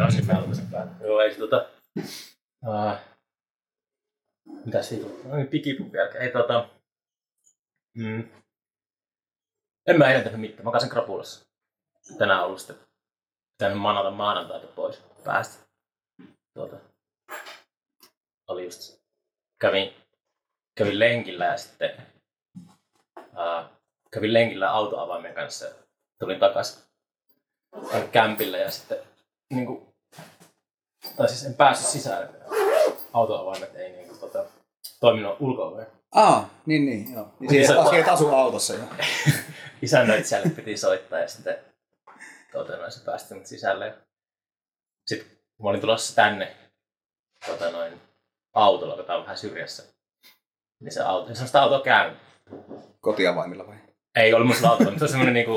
Kansin melkoisen päätä. Joo, ei se mitäs siitä on? No niin, pikipuppi jälkeen. Ei en mä eilen tehnyt mitään. Mä kasin krapulassa. Tänään ollut sitten pitänyt manata maanantaita pois päästä. Oli just kävin lenkillä ja sitten kävin lenkillä autoavaimen kanssa ja tulin takaisin kämpille ja sitten niinku, tai siis en päässyt sisään. Autoavaimet ei niinku toiminut ulko-oveen. Niin, joo. Niin siihen asuu autossa jo. Isännöitsijälle piti soittaa ja sitten se päästi mut sisälle. Sitten kun mä olin tulossa tänne autolla, joka on vähän syrjässä, niin se auto käynyt. Kotiavaimilla vai? Ei ollut musta auto, mutta se on semmonen niinku,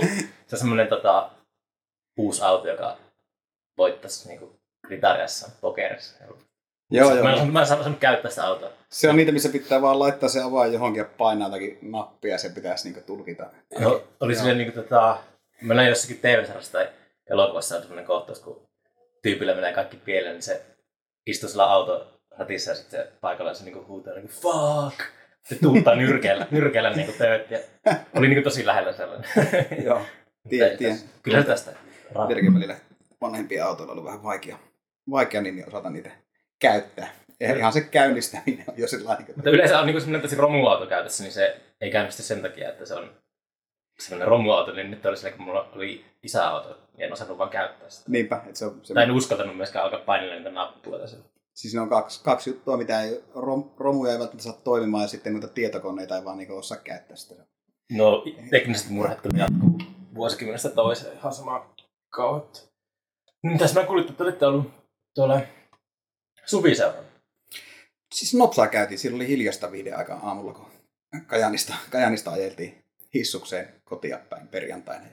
uusi auto, joka voittaisi niinku Gritariassa, pokerissa. Joo. Mä en saanut käyttää sitä autoa. Se on niitä, missä pitää vaan laittaa se avain johonkin ja painaa jotakin nappia ja se pitäisi niinku tulkita. No, oli silleen niinku mä näin jossakin TV-sarjassa tai elokuvassa on semmoinen kohtaus, kun tyypillä menee kaikki pieleen, niin se istuu sillä autoratissa ja sitten se paikalla se niinku huutaa niinku fuck! Se tuuttaa nyrkeellä niinku tööt ja oli niinku tosi lähellä sellainen. Joo, tiedän. Kyllä se tästä. Tietenkin välillä vanhempien autoilla on ollut vähän vaikea niin osata niitä käyttää. Ihan se käynnistäminen on jo sellainen. Mutta yleensä on niinku semmoinen tosi romuauto käytössä, niin se ei käynnisty sen takia, että se on semmoinen romuauto, niin nyt oli silleen, kun mulla oli isäauto, niin en osannut vaan käyttää sitä. Niinpä. Että se tai en uskaltanut myöskään alkaa painella niitä nappuja. Siis ne on kaksi juttua, mitä ei, romuja ei välttämättä saa toimimaan ja sitten noita tietokoneita ei vaan niin osaa käyttää sitä. No tekniset murhat kyllä jatkuu vuosikymmenestä toiseen ihan samaa kautta. Mitäs mä kuulin, että olette ollut tuolla suviseuralla? Siis Nopsaa käytiin, siinä oli hiljasta viiden aikaa aamulla, kun Kajaanista ajeltiin hissukseen kotia päin perjantaina.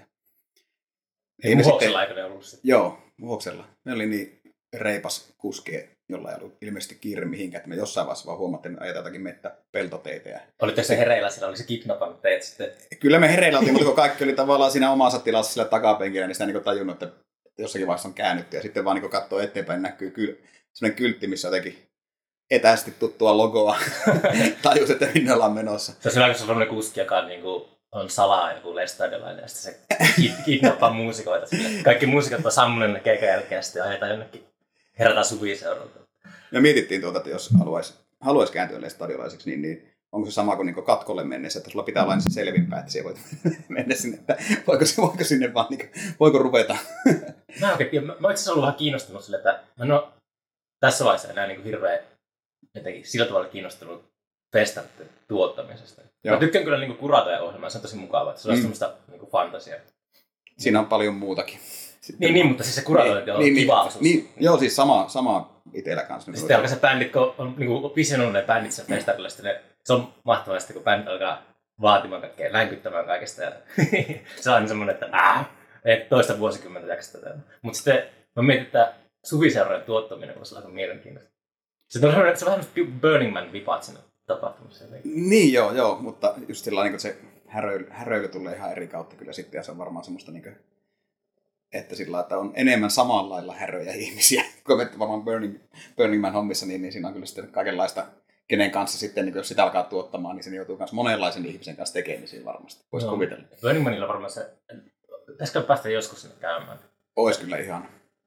Muhoksella eikö ne ollut sitten? Joo, Muhoksella. Me oli niin reipas kuski, jolla ei ollut ilmeisesti kiire mihinkään, että me jossain vaiheessa vaan huomattiin, että ajetaan jotakin peltoteitä. Olitte se hereillä, siellä oli se kidnappannut teet sitten? Kyllä me hereillä oltiin, mutta kun kaikki oli tavallaan siinä omassa tilassa sillä takapenkillä, niin sitä niin tajunnut, että jossakin vaiheessa on käännytty. Ja sitten vaan niin katsoo eteenpäin, näkyy sellainen kyltti, missä jotenkin etäisesti tuttua logoa. Tajus, että minne ollaan menossa. Se on sellainen kuski, joka on, niin kuin, on salaa joku lestadiolainen ja sitten se kidnappaa muusikoita. Kaikki muusikot on sammunen keikan jälkeen ja sitten ajetaan jonnekin herätään suviseuralta. Me mietittiin että jos haluaisi kääntyä lestadiolaiseksi, niin onko se sama kuin niinku katkolle mennessä, että sulla pitää olla se selvinpäin, että siellä voit mennä sinne, että voiko sinne vaan, niinku, voiko ruveta? Mä oon itse asiassa ollut vähän kiinnostunut sille, että mä en ole tässä vaiheessa enää niinku hirveän jotenkin sillä tavalla kiinnostunut festaritten tuottamisesta. Joo. Mä tykkään kyllä niinku kuratoja-ohjelmaa, se on tosi mukavaa, että se on semmoista niinku fantasiaa. Siinä on paljon muutakin. Niin, mutta siis se kuratointi on kiva osuus. Joo, siis sama itsellä kanssa. Sitten alkaa se bändit, kun on niinku visioinut ne bändit sen festarilla, se on mahtavaa sitten, kun bändit alkaa vaatimaan kaikkea, länkyttämään kaikesta. Ja se on aina semmoinen, että ei toista vuosikymmentä jaksa tätä. Mutta sitten mä mietin, että suviseurojen tuottaminen voisi olla aika mielenkiintoista. Se on vähän Burning Man vipaat sinne tapahtumassa. Niin joo, mutta just sillä niin se häröily tulee ihan eri kautta kyllä sitten, ja se on varmaan semmoista, niin kuin, että sillä että on enemmän samalla lailla häröjä ihmisiä, kun me varmaan Burning Man hommissa, niin siinä on kyllä sitten kaikenlaista, kenen kanssa sitten, niin jos sitä alkaa tuottamaan, niin se joutuu myös monenlaisen ihmisen kanssa tekemisiin varmasti, voisi kuvitella. Burning Manilla varmaan se, pitäisikö päästä joskus sinne käymään? Ois kyllä ihan.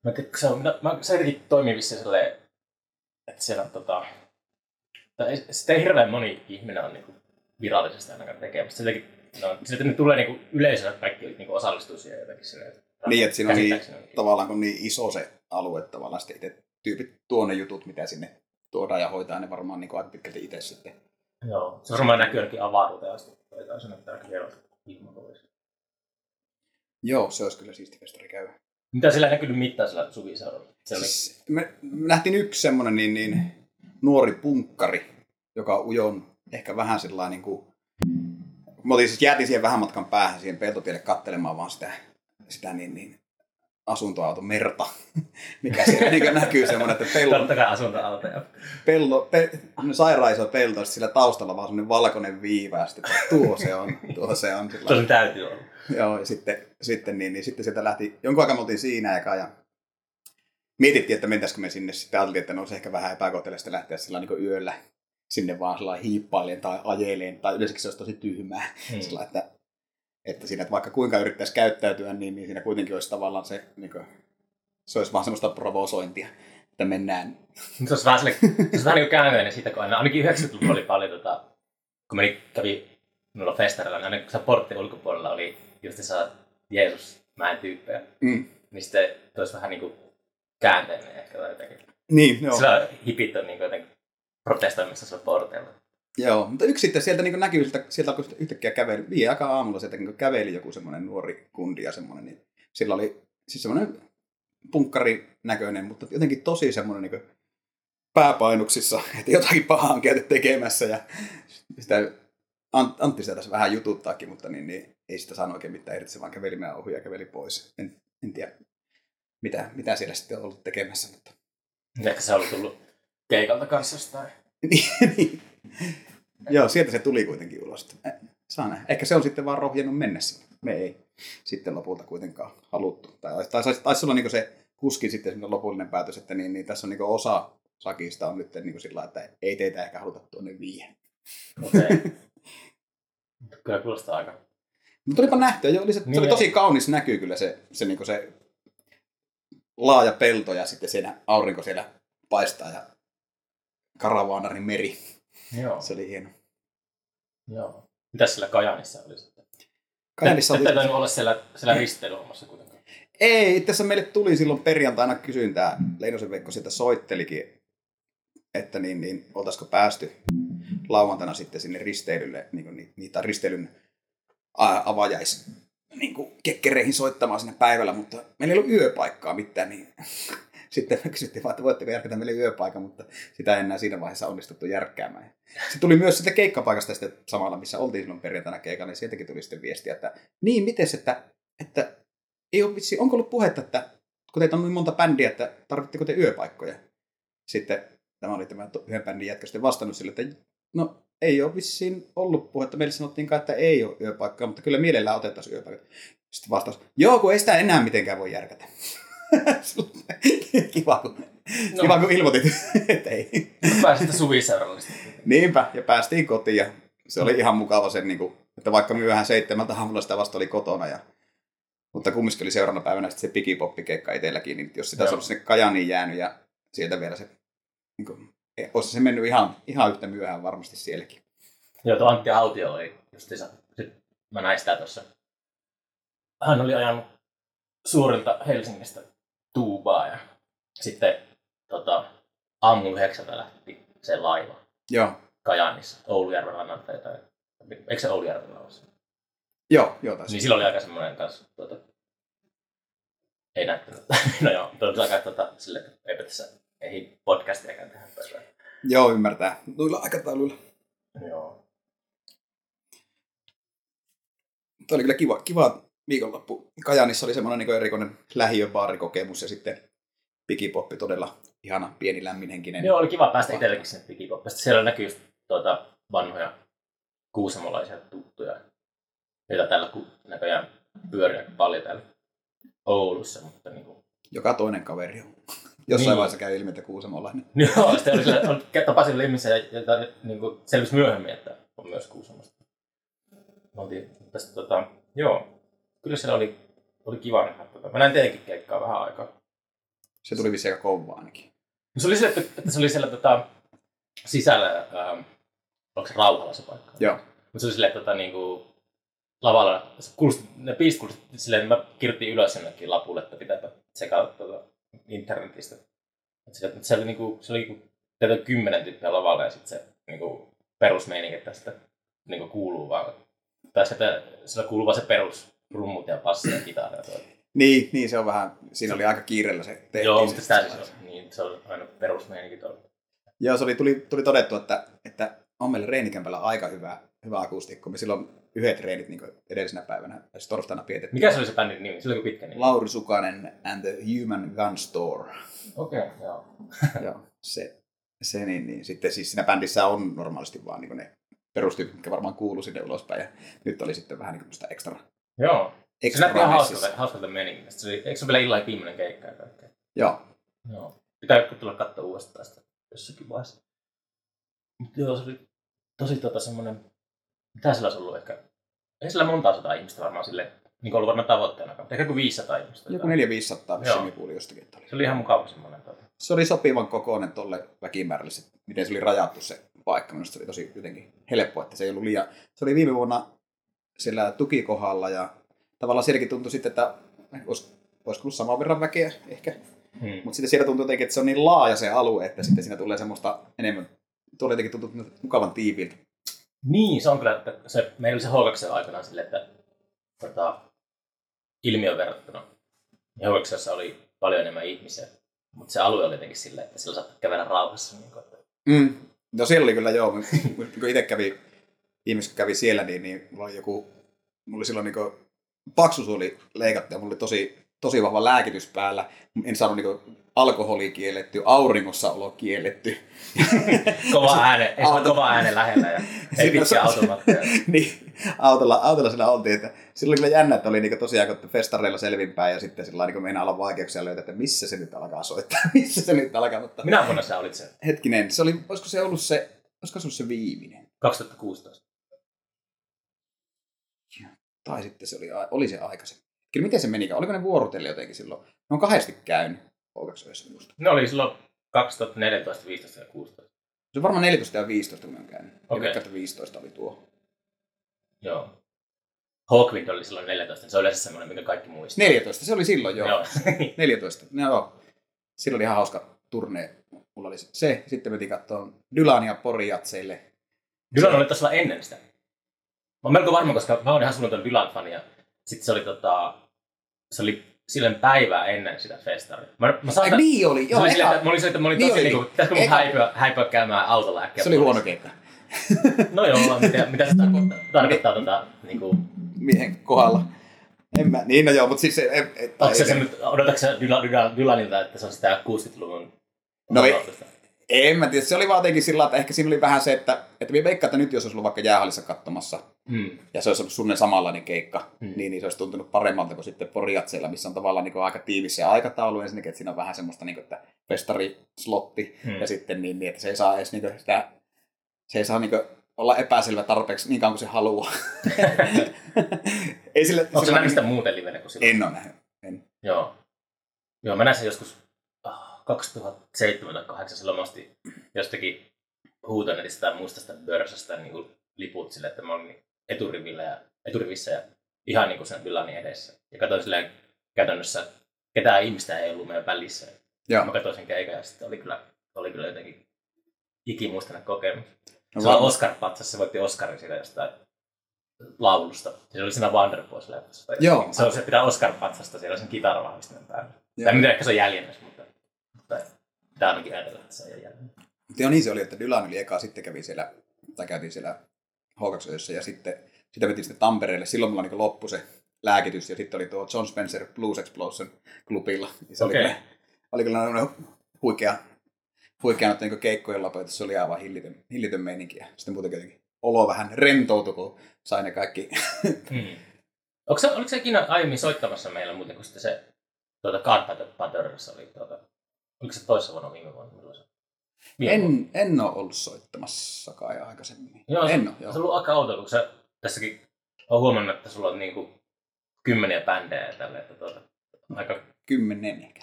Se jotenkin toimii vissiin silleen, että siellä on sitten ei hirveän moni ihminen on niinku virallisesti ainakaan tekemistä. Sieltä ne tulee niinku yleisöllä kaikki niinku osallistuu siihen jotenkin sinne. Niin, että siinä on niin, tavallaan kun niin iso se alue tavallaan sitten itse tyypit tuo ne jutut, mitä sinne tuodaan ja hoitaa ne varmaan niin aika pitkälti itse sitten. Joo, se varmaan näkyy ainakin avaruuteen asti. Hoitaa sen, että aika hienot ilmakouluissa. Joo, se olisi kyllä siisti festari käydä. Mitä sillä näkynyt mitään sillä suviseuralla? Siis me nähtiin yksi semmoinen niin nuori punkkari, joka ujon ehkä vähän sellainen niin kuin... Me jäätiin siihen vähän matkan päähän siihen peltotielle katselemaan vaan sitä niin asuntoauton merta, mikä siellä niin näkyy semmoinen, että tottakai asuntoautoja. Sairaan iso pelto, sillä taustalla vaan semmoinen valkoinen viiva, ja sitten tuo se on. Tosin täytyy olla. Joo, ja sitten sieltä lähti, jonkun aikaa me oltiin siinä ja mietittiin, että mentäisikö me sinne. Sitten ajateltiin, että no se ehkä vähän epäkohteliasta lähteä sillä niin yöllä sinne vaan sillä hiippailen tai ajeleen. Tai yleensäkin se olisi tosi tyhmää. Sillä, että siinä, että vaikka kuinka yrittäisi käyttäytyä, niin siinä kuitenkin olisi tavallaan se, niin kuin, se olisi vaan semmoista provosointia, että mennään. Se olisi vähän niin kuin käänteinen siitä, kun ainakin 90-luvulla oli paljon, kun kävi noilla festareilla, niin aina kun se portti ulkopuolella oli just se Jeesus-mäen tyyppejä, niin sitten olisi vähän niin kuin käänteinen ehkä tai jotenkin. Niin, joo. Sillä hipit on niin kuin jotenkin protestoimassa sillä porteilla. Joo, mutta yksi sitten sieltä niin näkyy, sieltä alkoi yhtäkkiä käveli, aikaa aamulla sieltä niin käveli joku semmoinen nuori kundi ja semmoinen, niin sillä oli siis semmoinen punkkarin näköinen, mutta jotenkin tosi semmoinen niin pääpainuksissa, että jotakin pahaa on käyty tekemässä ja sitä Antti sitä tässä vähän jututtaakin, mutta niin ei sitä saanut oikein mitään irti, se vaan käveli meidän ohi ja käveli pois. En tiedä, mitä siellä sitten on ollut tekemässä. Mutta... Ehkä se oli tullut keikalta kanssa jostain. Niin. Joo, sieltä se tuli kuitenkin ulos. Saa nähdä. Ehkä se on sitten vaan rohjennut mennessä. Me ei sitten lopulta kuitenkaan haluttu. Tai taisi olla niin se kuskin sitten lopullinen päätös, että niin tässä on niin osa sakista on nyt niin sillä että ei teitä ehkä haluta tuonne viihe. Okei. Kyllä kuulostaa aika. Mutta olipa nähtyä. Se oli tosi kaunis näkyy kyllä se laaja pelto ja sitten siinä aurinko siellä paistaa ja Karavaanarin meri. Joo. Se oli hieno. Joo. Mitäs siellä Kajaanissa oli sitten? Kajaanissa oli... Ette tainnut olla siellä risteilyhommassa kuitenkaan. Ei, itse asiassa meille tuli silloin perjantaina kysyntää. Leinosen Veikko sieltä soittelikin, että niin oltaisiko päästy lauantaina sitten sinne risteilylle, niitä risteilyn avajais kekkereihin soittamaan sinne päivällä, mutta meillä ei ollut yöpaikkaa mitään, niin sitten me kysyttiin vaan, että voitteko järkätä meille yöpaikan, mutta sitä ei enää siinä vaiheessa onnistuttu järkkäämään. Se tuli myös sitten keikkapaikasta sitten samalla, missä oltiin silloin perjantaina keikalla, niin sieltäkin tuli sitten viestiä, että niin, mites, että ei ole vitsi, onko ollut puhetta, että kun teitä on niin monta bändiä, että tarvitteko te yöpaikkoja? Sitten tämä oli tämä yhden bändin jätkä sitten vastannut sille, että no ei ole vissiin ollut puhetta. Meille sanottiinkaan, että ei ole yöpaikkaa, mutta kyllä mielellään otettaisiin yöpaikat. Sitten vastaus, joo, kun ei sitä enää mitenkään voi järkätä. Kiva, kun ilmoitit, että ei. Pääsitte suviseuralle. Niinpä, ja päästiin kotiin ja se oli ihan mukava sen, että vaikka myöhään 7 aamulla sitä vasta oli kotona. Mutta kumminkin oli seuraavana päivänä sitten se pikipoppi-keikka itselläkin, niin jos sitä olisi ollut sinne Kajaaniin jäänyt ja sieltä vielä se, olisi se mennyt ihan yhtä myöhään varmasti sielläkin. Joo, tuo Antti Autio oli justiinsa, mä näin sitä tuossa. Hän oli ajanut suurilta Helsingistä Tuubaa ja sitten aamulla 9 lähti se laiva. Joo. Kajaanissa, Oulujärven rannalta tai eikö se Oulujärvellä ole? Joo, taisi. Niin silloin oli aika semmoinen kanssa, ei näyttänyt. No joo, aika sille, että eipä tässä ei podcastiakaan tehdä päivää. Joo, ymmärtää. Noilla aikatauluilla. Joo. Tämä oli kyllä kiva viikonloppu. Kajaanissa oli semmoinen erikoinen lähiöbaarikokemus ja sitten pikipoppi todella ihana, pieni, lämminhenkinen. Joo, oli kiva päästä itsellekin sinne pikipoppista. Siellä näkyy just vanhoja kuusamolaisia tuttuja, joita täällä näköjään pyörii paljon täällä Oulussa. Mutta joka toinen kaveri on. Jossain vaiheessa käy ilmi, että Kuusamolainen. Joo, sitten tapasin ihmisiä, joita selvisi myöhemmin, että on myös Kuusamosta. Joo, kyllä siellä oli kiva nähdä. Mä näin teidänkin keikkaa vähän aikaa. Se tuli vissiin aika kovaa ainakin. No, se oli se, että se oli siellä sisällä, onko se Rauhalla se paikka? Joo. Mutta se oli silleen, että lavalla, ne biisit kuulosti silleen, että mä kirjoitin ylös jonnekin lapulle, että pitääpä tsekata internetistä. Se oli 10 tyyppiä lavalla ja sitten se perusmeininki, että sitä kuuluu vaan. Tai sillä kuuluu vaan se perusrummut ja passi ja kitara. Niin, se on vähän, siinä oli aika kiireellä se tehtiin. Joo, mutta sitä siis on, niin se on aina perusmeininki tuolla. Joo, se tuli todettu, että on meillä reenikämpällä aika hyvä akustiikko. Me silloin yhdet reenit edellisenä päivänä, siis torstaina pietettiin. Mikä se oli se bändin nimi? Se oli pitkä nimi. Lauri Sukanen and the Human Gun Store. Okei, joo. Joo, se niin. Sitten siis siinä bändissä on normaalisti vaan ne perustyypit, mitkä varmaan kuuluu sinne ulospäin. Ja nyt oli sitten vähän sitä ekstra. Joo. Se näytti ihan hauskalta meningistä. Eikö se vielä illan viimeinen keikka ja kaikkea? Joo. Joo. Pitää tulla katsoa uudestaan sitä jossakin vaiheessa. Mutta joo, se oli tosi semmoinen, mitä sillä olisi ollut ehkä, ei sillä monta sataa ihmistä varmaan silleen, niin kuin ollut varmaan tavoitteena, mutta ehkä kuin 500 ihmistä. Joku 400-500 vissiin kuuli jostakin. Että oli. Se oli ihan mukava semmoinen. Se oli sopivan kokoinen tolle väkimäärälle, miten se oli rajattu se paikka. Minusta se oli tosi jotenkin helppo, että se ei ollut liian. Se oli viime vuonna siellä tukikohdalla ja tavallaan sielläkin tuntui sitten, että olisi ollut saman verran väkeä ehkä. Mutta sitten siellä tuntui jotenkin, että se on niin laaja se alue, että sitten siinä tulee semmoista enemmän, tuolla jotenkin tuntuu mukavan tiiviiltä. Niin, se on kyllä, että meillä oli se H2 aikanaan silleen, että ilmiön verrattuna. Ja H2 oli paljon enemmän ihmisiä, mutta se alue oli jotenkin silleen, että sillä saattaa kävellä rauhassa. Niin No siellä oli kyllä joo, kun itse ihmiset kävi siellä, niin mulla oli silloin niin paksuus oli leikattu ja mulla oli tosi vahva lääkitys päällä. En saanut niin alkoholi kielletty, auringossa olo kielletty. kova ääne lähellä ja ei pitkä automatteja. Niin, autolla siellä oltiin. Että silloin kyllä jännä, että oli niin tosiaan kun festareilla selvinpäin ja sitten sillä niin meinaa olla vaikeuksia löytää, että missä se nyt alkaa soittaa. Missä se nyt alkaa. Mutta minä vuonna sä olit se? Hetkinen, olisiko se ollut se viimeinen? 2016. Tai sitten se oli se aikaisemmin. Kyllä miten se menikään? Oliko ne vuorotelle jotenkin silloin? Ne on kahdesti käynyt H2 minusta. Ne oli silloin 2014, 15 ja 16. Se on varmaan 14 ja 15, kun ne on käynyt. Okei. Okay. 15 oli tuo. Joo. Hawkwind oli silloin 14. Se on yleensä semmoinen, mikä kaikki muistaa. 14, se oli silloin joo. Joo. 14, no joo. Silloin oli ihan hauska turne. Mulla oli se. Sitten me katsomaan Dylania Porijatseille. Dylan oli taas ennen sitä. Mä oon melko varma, koska mä oon ihan sunnuton Dylan-fani. Ja sitten se oli silleen päivää ennen sitä festaria. Niin oli, joo. Mä olin tosi niinku, pitäisikö mun häipyä käymään autolla äkkiä. Se oli huono keikka. No joo, mitä se tarkoittaa niinku miehen kohdalla. En mä, niin no joo, mutta siis odotatko sä Dylanilta, että se on sitä 60-luvun? No en mä tiedä, se oli vaan jotenkin sillä, että ehkä siinä oli vähän se, että minä veikkaan, että nyt jos olisi ollut vaikka jäähallissa katsomassa, ja se olisi ollut sunnen samanlainen keikka, niin se olisi tuntunut paremmalta kuin sitten Porijatseilla, missä on tavallaan niin aika tiivis se aikataulu ensinnäkin, että siinä on vähän semmoista, niin kuin, että festarislotti, ja sitten niin, että se ei saa edes niin sitä, se ei saa niin olla epäselvä tarpeeksi niin kauan kuin se haluaa. Onko se nähnyt sitä muuten livenä kuin silloin? En ole nähnyt. Joo, mä näin sen joskus 2007 tai 2008 silloin mä ostin jostakin huutonetista tai muistasta börsasta niin liput sille, että mä olin eturivissä ja ihan niin kuin sen Dylanin edessä. Ja katsoin silleen käytännössä, ketään ihmistä ei ollut meidän välissä. Joo. Mä katsoin sen keikan ja sitten oli kyllä jotenkin ikimuistainen kokemus. No, se on Oscar-patsas, se voitti Oscarin siitä jostain laulusta. Se oli siinä Wonderboys-leffassa. Joo. Se pitää Oscar-patsasta siellä sen kitaravahvistimen päällä. Tai mitä ehkä se on jäljennäs, mutta pitää ainakin ajatella, että se on jäljennäs. Joo, niin se oli, että Dylan oli eka, sitten käytiin siellä H2 ja sitten mentiin sitten Tampereelle. Silloin mulla niin loppui se lääkitys ja sitten oli tuo John Spencer Blues Explosion klubilla. Se oli kyllä huikea niin keikkojen lopetus. Se oli aivan hillitön meininki. Ja sitten muutenkin olo vähän rentoutui, kun sai ne kaikki. Oliko se ikinä aiemmin soittamassa meillä muuten, kun sitten se God Patterns oli oliko se toissa vuonna viime vuonna? En ole ollut soittamassakaan aikaisemmin. Joo, se on ollut aika outoa, kun sä tässäkin on huomannut, että sulla on niinku 10 bändejä ja tälle, että aika 10 ehkä.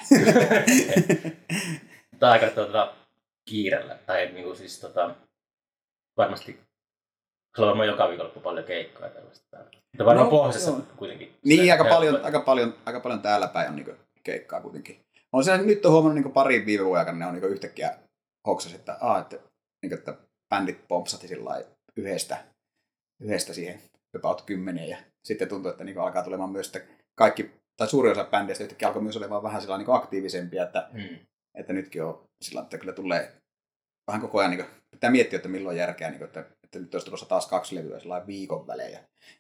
Tai aika kiirellä, tai niinku siis varmasti sulla on varmaan joka viikonloppu paljon keikkoja tällaista. Mutta varmaan pohjoisessa kuitenkin. Niin, aika paljon täällä päin on niinku keikkaa kuitenkin. Nyt on huomannut niinku parin viime vuoden aikana, ne on niinku yhtäkkiä hoksas, että bändit pompsati yhdestä siihen about 10 ja sitten tuntuu, että niinku alkaa tulemaan myös, että kaikki, tai suuri osa bändeistä yhtäkkiä alkoi myös olemaan vähän niinku aktiivisempia, että nytkin on sillä, että kyllä tulee vähän koko ajan, niin pitää miettiä, että milloin järkeä, niin että nyt olisi tulossa taas 2 levyä sellainen viikon välein.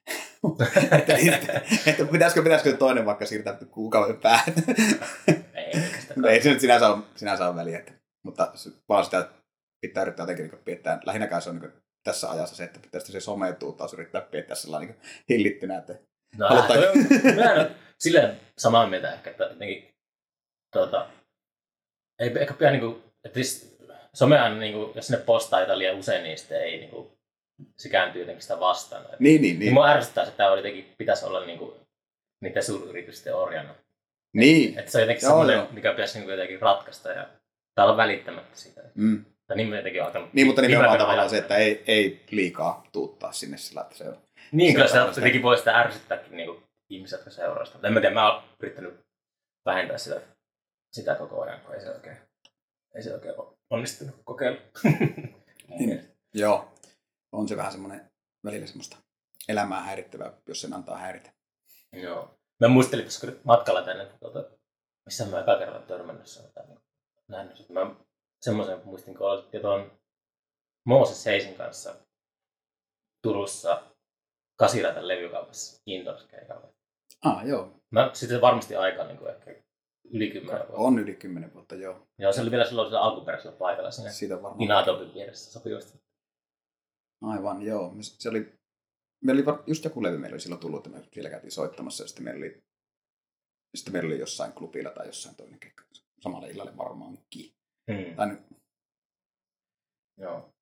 että pitäisikö toinen vaikka siirtää kuukauden päähän. Ei se nyt sinänsä ole väliä. Mutta vaan sitä pitää yrittää jotenkin niin piettää. Lähinnäkään se on niin tässä ajassa se, että pitäisi se someetuu taas yrittää piettää sellainen niin hillittynä. Että mä en ole silleen samaa mieltä ehkä, että jotenkin ei ehkä pidä niinku, että somehan niinku, jos sinne postaa jotain liian usein, niin sitten ei niinku, se kääntyy jotenkin sitä vastaan. Niin mua ärsyttää, että tämä jotenkin pitäisi olla niinku, niiden suuryritysten orjana. Niin. Että se on jotenkin semmoinen, mikä pitäisi niinku jotenkin ratkaista ja tai olla välittämättä siitä. Tai niin jotenkin alkanut. Niin, mutta nimenomaan tavallaan se, että ei liikaa tuuttaa sinne sillä, että se on. Niin, kyllä se jotenkin voi sitä ärsyttääkin niinku ihmiset, jotka seuraa sitä. En mä tiedä, mä oon yrittänyt vähentää sitä koko ajan, kun ei se oikein onnistunut kokeilla. Niin. Joo, on se vähän semmoinen välillä semmoista elämää häirittävää, jos sen antaa häiritä. Joo. Mä muistelin, koska matkalla tänne, missä mä eka kerran törmännyt nähnyt. Mä semmoisen muistin, kun oltiin tuon Mooses Heisin kanssa Turussa Kasiratan levykaupassa Indoors-keikalla. Joo. Mä sitten varmasti aikaa niin ehkä yli 10 vuotta. On yli 10 vuotta, joo. Joo, se oli vielä silloin alkuperäisellä paikalla siinä Inatopin vieressä sopivasti. Aivan, joo. Se oli, meillä oli just joku levy, meillä oli silloin tullut, että me vielä käytiin soittamassa, ja sitten meillä oli jossain klubilla tai jossain toinen keikka. Samalle illalle varmaankin. Joo.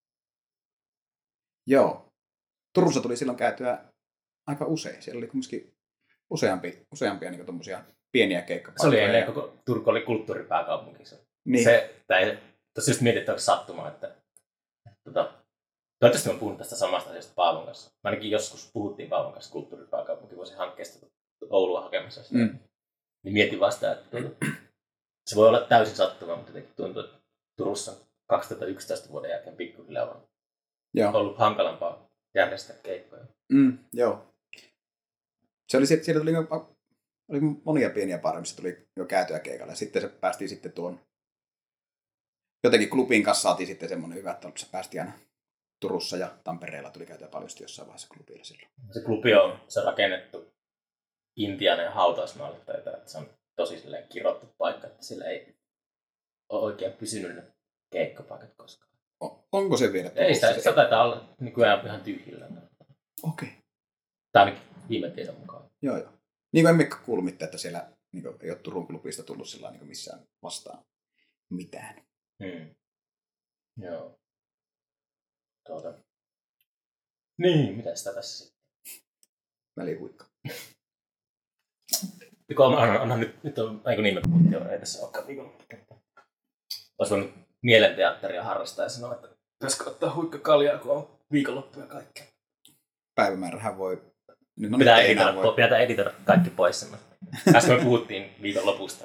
Joo. Turussa tuli silloin käytyä aika usein. Siellä oli kumminkin useampia niin tommosia pieniä keikkapaikkoja. Se oli ennen koko Turku oli kulttuuripääkaupunki. Niin. Tuossa just mietin, että onko sattumaa, että toivottavasti mä puhun tästä samasta asiasta Paavon kanssa. Mä ainakin joskus puhuttiin Paavon kanssa kulttuuripääkaupunkivuosihankkeesta Oulua hakemassa sitä. Niin mietin vasta, että se voi olla täysin sattumaa, mutta jotenkin tuntuu, että Turussa 2011 vuoden jälkeen pikkuhiljaa on ollut hankalampaa järjestää keikkoja. Joo. Siellä oli monia pieniä pareja, missä tuli jo käytyä keikalla. Ja sitten se päästiin sitten tuon jotenkin klubin kanssa saatiin sitten semmoinen hyvä, että se päästiin aina Turussa ja Tampereella tuli käytyä paljon jossain vaiheessa klubilla silloin. Se klubi on rakennettu Intianen hautausmaalle, että se on tosi kirottu paikka, että sillä ei ole oikein pysynyt ne keikkapaikat koskaan. Onko se vielä? Ei sitä taitaa olla nykyään ihan tyhjillä. Okei. Tai ainakin viime tiedon mukaan. Joo. Niin kuin emme kuullut mitään, että siellä niin ei ole Turun klubista tullut sillä niin missään vastaan mitään. Joo. Niin, mitä sitä tässä sitten? Välihuikka. Anna nyt on, eikö niin me puhuttiin, ei tässä olekaan viikolla. Olisi voinut mielenteatteria harrastaa ja sanoa, että pitäisikö ottaa huikkakaljaa, kun on viikonloppu ja kaikkea. Päivämäärähän voi. Pitää editoida kaikki pois. Äsken me puhuttiin viikonlopusta.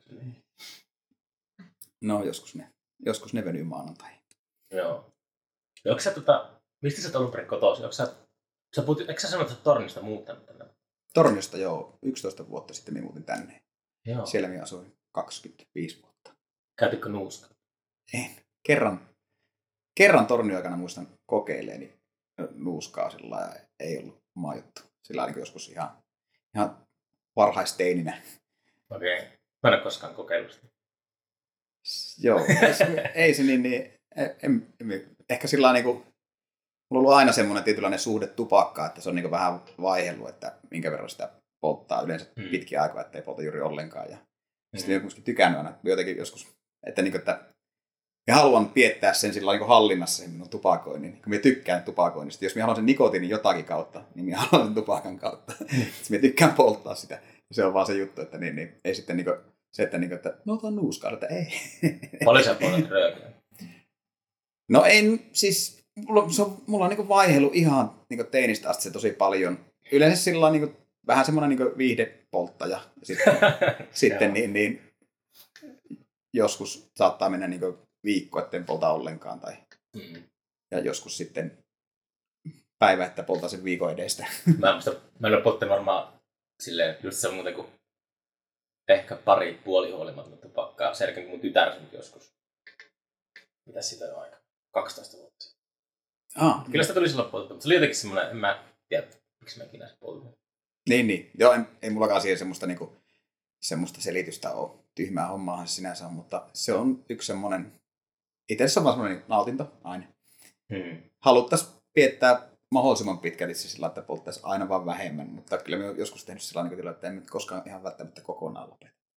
No, joskus ne venyy maanantaihin. Joo. Mistä sä oot alun perin kotoisin? Eikö sä sanoa, että sä Torniosta muuttanut tänne? Torniosta joo, 11 vuotta sitten minä muutin tänne. Joo. Siellä minä asuin 25 vuotta. Käytitkö nuuskaa? En. Kerran Tornio-aikana muistan kokeileeni nuuskaa, sillä ei ollut oma juttu. Sillä niin joskus ihan varhaisteininä. Okei. Mä en ole koskaan kokeillut sitä. Joo, ei se niin ehkä sillä niin kuin, mulla on ollut aina semmoinen tietynlainen suhde tupakkaa, että se on niin vähän vaihellut, että minkä verran sitä polttaa yleensä pitkiä aikaa, ettei polta juuri ollenkaan. Ja sitten olen kuitenkin tykännyt aina jotenkin joskus, että minä haluan piettää sen sillä niin hallinnassa sen minun tupakoinnin. Kun minä tykkään tupakoinnista, jos minä haluan sen nikotiinin jotakin kautta, niin minä haluan sen tupakan kautta. Minä tykkään polttaa sitä. Se on vaan se juttu, että ei sitten se, että no otan nuuskaa, että ei. Paljon sä poltat röökiä? No en, siis mulla on vaihellut ihan teinistä asti se tosi paljon. Yleensä sillä on vähän semmoinen viihdepolttaja. Sitten niin joskus saattaa mennä viikko, etten polta ollenkaan. Ja joskus sitten päivä, että poltaa sen viikon edestä. Mä en ole polttanut varmaan silleen just se muuten kuin ehkä pari puolihuolimatonta tupakkaa. Sen jälkeen kun mun tytär syntyi joskus. Mitäs siitä on aika? 12 vuotta sitten. Kyllä sitä tuli silloin poltettu, mutta se oli jotenkin semmoinen, en mä tiedä, miksi mä ikinä se poltin. Niin. Joo, ei mullakaan siihen semmoista selitystä ole. Tyhmää hommaahan se sinänsä on, mutta se on yksi semmoinen, itse asiassa on vaan semmoinen nautinto aina. Haluttaisiin viettää mahdollisimman pitkälti sillä, että polttaisi aina vaan vähemmän, mutta kyllä me on joskus tehnyt sillä tavalla, että en nyt koskaan ihan välttämättä kokonaan lopeta.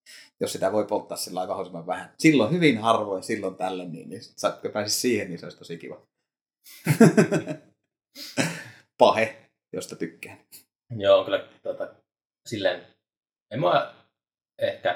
jos sitä voi polttaa sillä lailla mahdollisimman vähän. Silloin hyvin harvoin, silloin tällöin, niin kun pääsisi siihen, niin se olisi tosi kiva. Pahe, josta tykkään. Joo, kyllä silleen, en mä ehkä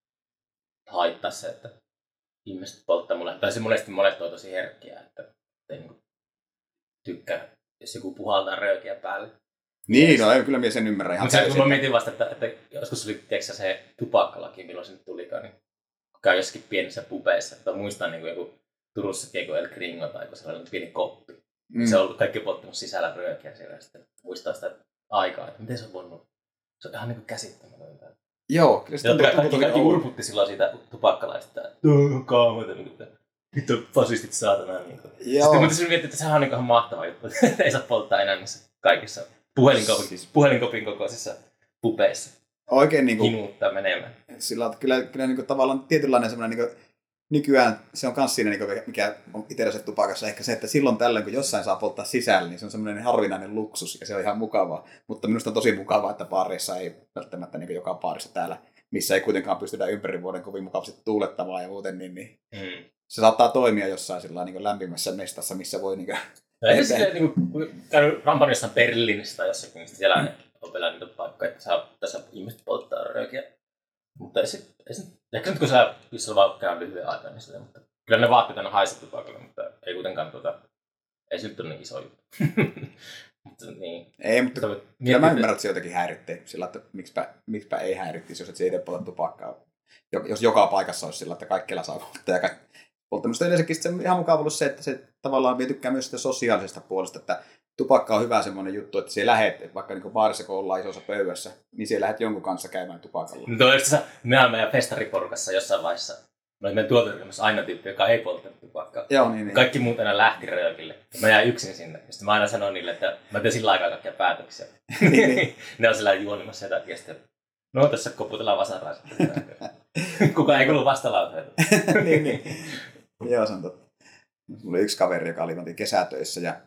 haittaa se, että ihmiset polttaa mulle. Tai se monesti monet on tosi herkkiä, että ei niin tykkää, jos joku puhaltaa röökiä päälle. Niin, no kyllä minä sen ymmärrän ihan täysin. Mutta mä mietin vasta, että joskus oli se tupakkalaki, milloin se nyt tulikaan, niin käy jossakin pienissä pubeissa. Että muistan niin joku Turussakin joku El Gringo tai joku sellainen pieni koppi. Se on ollut kaikki polttanut sisällä röökiä siellä ja sitten muistaa sitä aikaa, että miten se on voinut. Se on ihan niin käsittämätöntä. Joo, kyllä sitä kaikki urputti silloin siitä tupakkalaista, että kaamata, vittu fasistit saatana. Niin sitten mä miettii, että sehän on niin ihan mahtava juttu, että ei saa polttaa enää niissä kaikissa puhelinkopin kokoisissa pupeissa. Oikein niin kuin kinuuttaa menemään. Sillä on kyllä niin kuin tavallaan tietynlainen semmoinen niin nykyään se on myös siinä, mikä on itsellä se tupakassa, ehkä se, että silloin tällöin, kun jossain saa polttaa sisällä, niin se on semmoinen harvinainen luksus ja se on ihan mukavaa. Mutta minusta on tosi mukavaa, että baareissa ei välttämättä niin joka baarissa täällä, missä ei kuitenkaan pystytä ympäri vuoden kovin mukavasti tuulettamaan ja muuten, niin se saattaa toimia jossain sillä niin lämpimässä mestassa, missä voi... Niin ei se niin käynyt rampannut jossain Berliinissä tai jossakin, mistä siellä on vielä niitä paikkoja, että tässä ihmiset polttaa röökiä. Mutta ehkä nyt kun sä vaan käy lyhyen aikaa, niin silleen, mutta kyllä ne vaatteet aina haisee tupakalle, mutta ei kuitenkaan ei se nyt ole niin iso juttu. Mutta niin. Ei, mutta kyllä mä ymmärrän, että se jotenkin häirittää sillä, että miksipä ei häirittisi, jos et se itse polta tupakkaa. Jos joka paikassa olisi sillä, että kaikkialla saa polttaa ja polttamista yleensäkin se on ihan mukava ollut se, että se tavallaan me tykkää myös sitä sosiaalisesta puolesta, että tupakka on hyvä semmoinen juttu, että siellä lähet, vaikka niin baarissa kun ollaan isossa pöydässä, niin siellä lähet jonkun kanssa käymään tupakalla. No toisaalta meidän festariporukassa jossain vaiheessa, meidän tuoteryhmässä aina tyyppi, joka ei polttanut tupakkaa. Joo, niin. Kaikki muut aina lähti röökille. Mä jäin yksin sinne. Ja sitten mä aina sanoin niille, että mä teen sillä aikaa kaikkia päätöksiä. niin. Ne on sillä juonimassa jotakin. Ja sitten, no tässä koputellaan vasaraa. Kuka ei kuulu vastalauseita. niin. Joo, se on totta. Mulla oli yksi kaveri, joka oli kesätöissä ja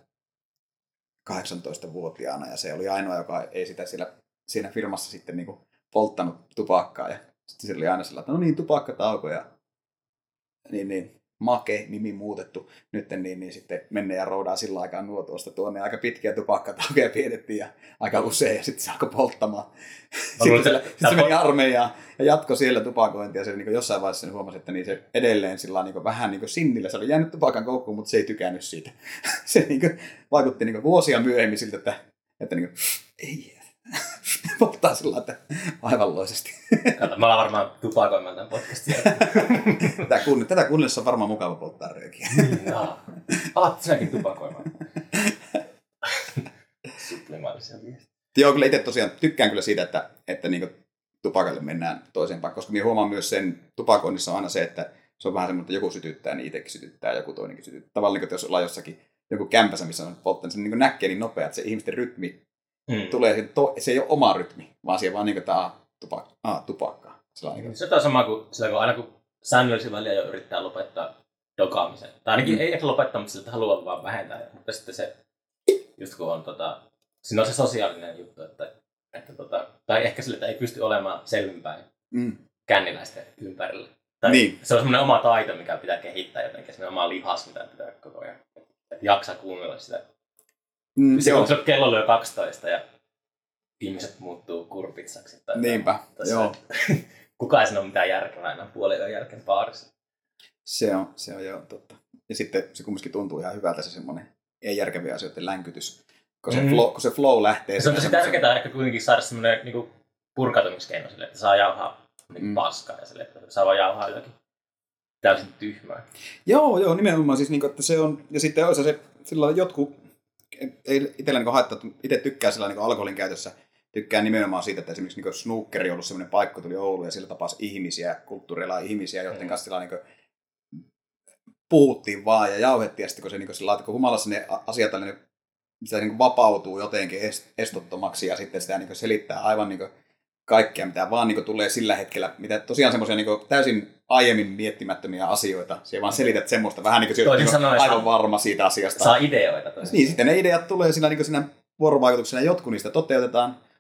18-vuotiaana ja se oli ainoa, joka ei sitä siinä firmassa sitten niin kuin polttanut tupakkaa ja sitten se oli aina sillä, että no niin, tupakkatauko ja niin, Make, nimi muutettu nyt, niin sitten mennään ja roudaan sillä aikaa nuotuosta tuonne. Aika pitkiä tupakkataukoja piedettiin ja aika usein ja sitten se alkoi polttamaan. Sitten se meni armeijaan ja jatkoi siellä tupakointia ja se niin jossain vaiheessa huomasi, että niin se edelleen sillä niin vähän niin sinnillä. Se oli jäänyt tupakan koukkuun, mutta se ei tykännyt siitä. Se niin vaikutti niin vuosia myöhemmin siltä, että niin ei polttaa sillä että aivanloisesti. Kato, mä olen varmaan tupakoimaan tämän podcastin. Tätä kuunnellessa on varmaan mukava polttaa röökiä. Alat sinäkin tupakoimaan. Sublimaalisia viestiä. Joo, kyllä itse tosiaan tykkään kyllä siitä, että niin tupakalle mennään toiseen paikkaan, koska minä huomaan myös sen, tupakoinnissa on aina se, että se on vähän semmoinen, että joku sytyttää, niin itsekin sytyttää, joku toinenkin sytyttää. Tavallaan, että jos ollaan jossakin joku kämpässä, missä on polttanut, niin se niin näkee niin nopea, että se ihmisten rytmi tulee, se ei ole oma rytmi, vaan siellä vaan niin kuin tämä tupakkaa. Se on sama kuin sillä, kun aina kun säännöllisen väliä jo yrittää lopettaa dokaamisen. Tai ainakin ei ehkä lopettaa, mutta sillä haluaa vaan vähentää. Mutta sitten se, just kun on siinä on se sosiaalinen juttu, tai ehkä sillä, että ei pysty olemaan selvinpäin känniläisten ympärillä. Tai niin. Se on semmoinen oma taito, mikä pitää kehittää jotenkin, semmoinen oma lihas, mitä pitää koko ajan. Että jaksaa kuunnella sitä. Se kello lyö 12 ja ihmiset muuttuu kurpitsaksi. Niinpä, joo. Kuka ei sano mitään järkevää enää puolen jälkeen baarissa. Se on joo totta. Ja sitten se kumminkin tuntuu ihan hyvältä se semmoinen ei-järkeviä asioiden länkytys. Kun se flow lähtee. Se on tosi tärkeää ehkä kuitenkin saada semmoinen niin purkautumiskeino sille, että saa jauhaa paskaa ja sille, että saa vaan jauhaa jotakin täysin tyhmää. Joo, nimenomaan siis, että se on, ja sitten on se sillä jotkut, ei itsellä niin haittaa, itse tykkää sillä niin alkoholin käytössä, tykkää nimenomaan siitä, että esimerkiksi niin snookeri on ollut semmoinen paikka, tuli Ouluun ja sillä tapasi ihmisiä, kulttuurilla ihmisiä, joiden kanssa sillä niin puhuttiin vaan ja jauhettiin, ja sitten kun se niin sillä kun humalassa ne asiat sitä niin vapautuu jotenkin estottomaksi ja sitten sitä niin selittää aivan niin kaikkea, mitä vaan niin tulee sillä hetkellä, mitä tosiaan semmoisia niin täysin aiemmin miettimättömiä asioita. Siellä vaan selität semmoista vähän niin kuin aivan varma siitä asiasta. Saa ideoita. Niin, sitten ne ideat tulee siinä vuorovaikutuksena, jotkut niistä toteutetaan,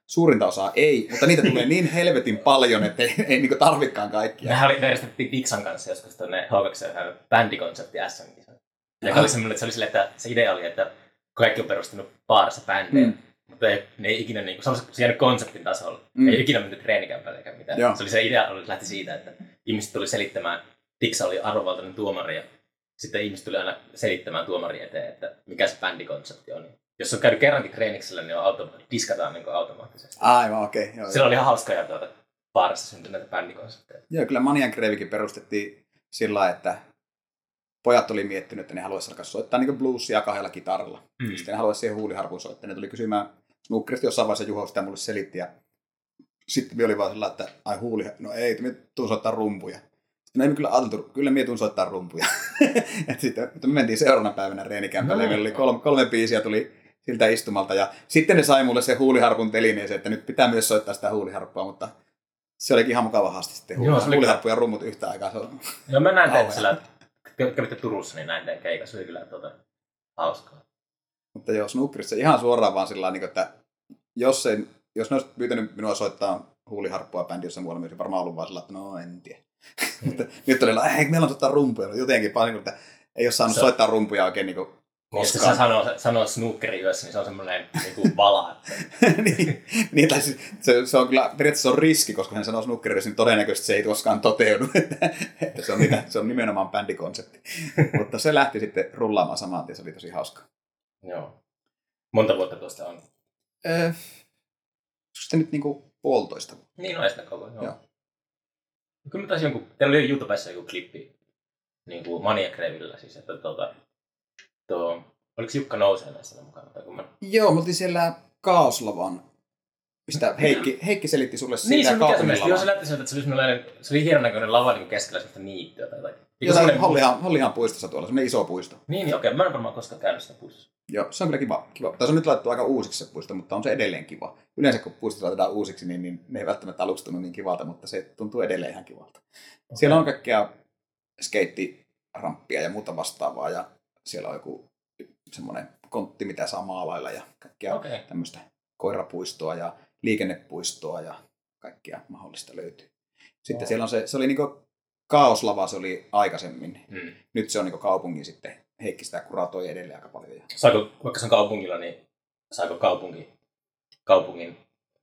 suurinta osaa ei, mutta niitä tulee niin helvetin paljon, että ei niin tarvikaan kaikkia. Mehän järjestettiin Dixon kanssa joskus tuonne H2 bändikonsepti SM-kisa. Ja oli semmoinen, että se oli silleen, että se idea oli, että kaikki on perustunut baarissa bändejä, mutta ne ei ikinä, niin kuin, se on jäänyt konseptin tasolla. Ei ikinä menty treenikämpälle eikä mitään. Joo. Se oli se idea, lähti siitä, että ihmiset tuli selittämään, Dixon oli arvovaltainen tuomari ja sitten ihmiset tuli aina selittämään tuomari eteen, että mikä se bändikonsepti on. Jos on käynyt kerrankin treeniksellä, niin diskataan niin automaattisesti. Aivan, okei. Okay, siellä oli ihan hauskoja baarissa syntyneitä bändikonsepteja. Joo, kyllä Manian Grevikin perustettiin sillä lailla, että pojat oli miettinyt, että ne haluaisi alkaa soittaa niin bluesia 2 kitaralla. Sitten ne haluaisi siihen huuliharpuun soittaa. Ne tuli kysymään Snookerista jossain vaiheessa Juho sitä mulle selitti. Ja sitten me oli vaan sillä että ai huuli, no ei, me tuun soittaa rumpuja. Sitten me kyllä ajateltu, kyllä me tuun soittaa rumpuja. Sitten me mentiin seuraavana päivänä reenikämpälle. Meillä oli 3 biisiä tuli siltä istumalta. Ja sitten ne sai mulle se huuliharpun telineeseen, että nyt pitää myös soittaa sitä huuliharppua, mutta se olikin ihan mukava haaste sitten. Huuliharppu ja rummut yhtä aikaa. Joo, mä näin teitä sillä, kävitte Turussa, niin näin teidän keikassa. Se oli kyllä hauskaa. Mutta joo, Snookerissa ihan suoraan vaan sillä tavalla, että jos ne olisi pyytänyt minua soittaa huuliharppua bändi, jossa muualla olisi varmaan ollut vaan sillä, että no en tiedä. Mutta nyt oli ei meillä on soittaa rumpuja. Jotenkin paljon, että ei ole saanut soittaa rumpuja oikein niin koskaan. Jos sä sanoo Snookerin yössä, niin se on semmoinen niin vala. niin, tai se on kyllä, periaatteessa on riski, koska hän sanoo Snookerin yössä, niin todennäköisesti se ei koskaan toteudu. Että se on nimenomaan bändikonsepti. Mutta se lähti sitten rullaamaan samaan tien, se oli tosi hauska. Joo. Monta vuotta tuosta on? Sitten nyt niinku 1,5 vuotta. Niin, no ei sitä koko. Joo. Kyllä mä taisin teillä oli YouTubessa joku klippi niin kuin Manian Grevillä, siis että oliko Jukka Nouseen siellä mukana? Joo, me oltiin siellä Kaoslavan, mistä Heikki selitti sulle siitä. Niin, se mikä se mielestä. Joo, se näytti sieltä, että se oli hienon näköinen lava niin keskellä sellaista niittyä tai jotain. Jotain Hollihan puistossa tuolla, semmoinen iso puisto. Niin, okei. Mä en varmaan koskaan käynyt sitä puistossa. Joo, se on kyllä kiva. Tai se on nyt laitettu aika uusiksi se puisto, mutta on se edelleen kiva. Yleensä kun puistot laitetaan uusiksi, niin ne ei välttämättä alustunut niin kivalta, mutta se tuntuu edelleen ihan kivalta. Okay. Siellä on kaikkea skeittiramppia ja muuta vastaavaa, ja siellä on joku semmoinen kontti, mitä saa maalailla, ja kaikkea tämmöistä koirapuistoa ja liikennepuistoa, ja kaikkea mahdollista löytyy. Sitten siellä on se oli niinku Kaoslava, se oli aikaisemmin. Nyt se on niinku kaupungin sitten. Heikki sitä kuratoi edelleen aika paljon. Saiko, vaikka se on kaupungilla, niin saiko kaupungin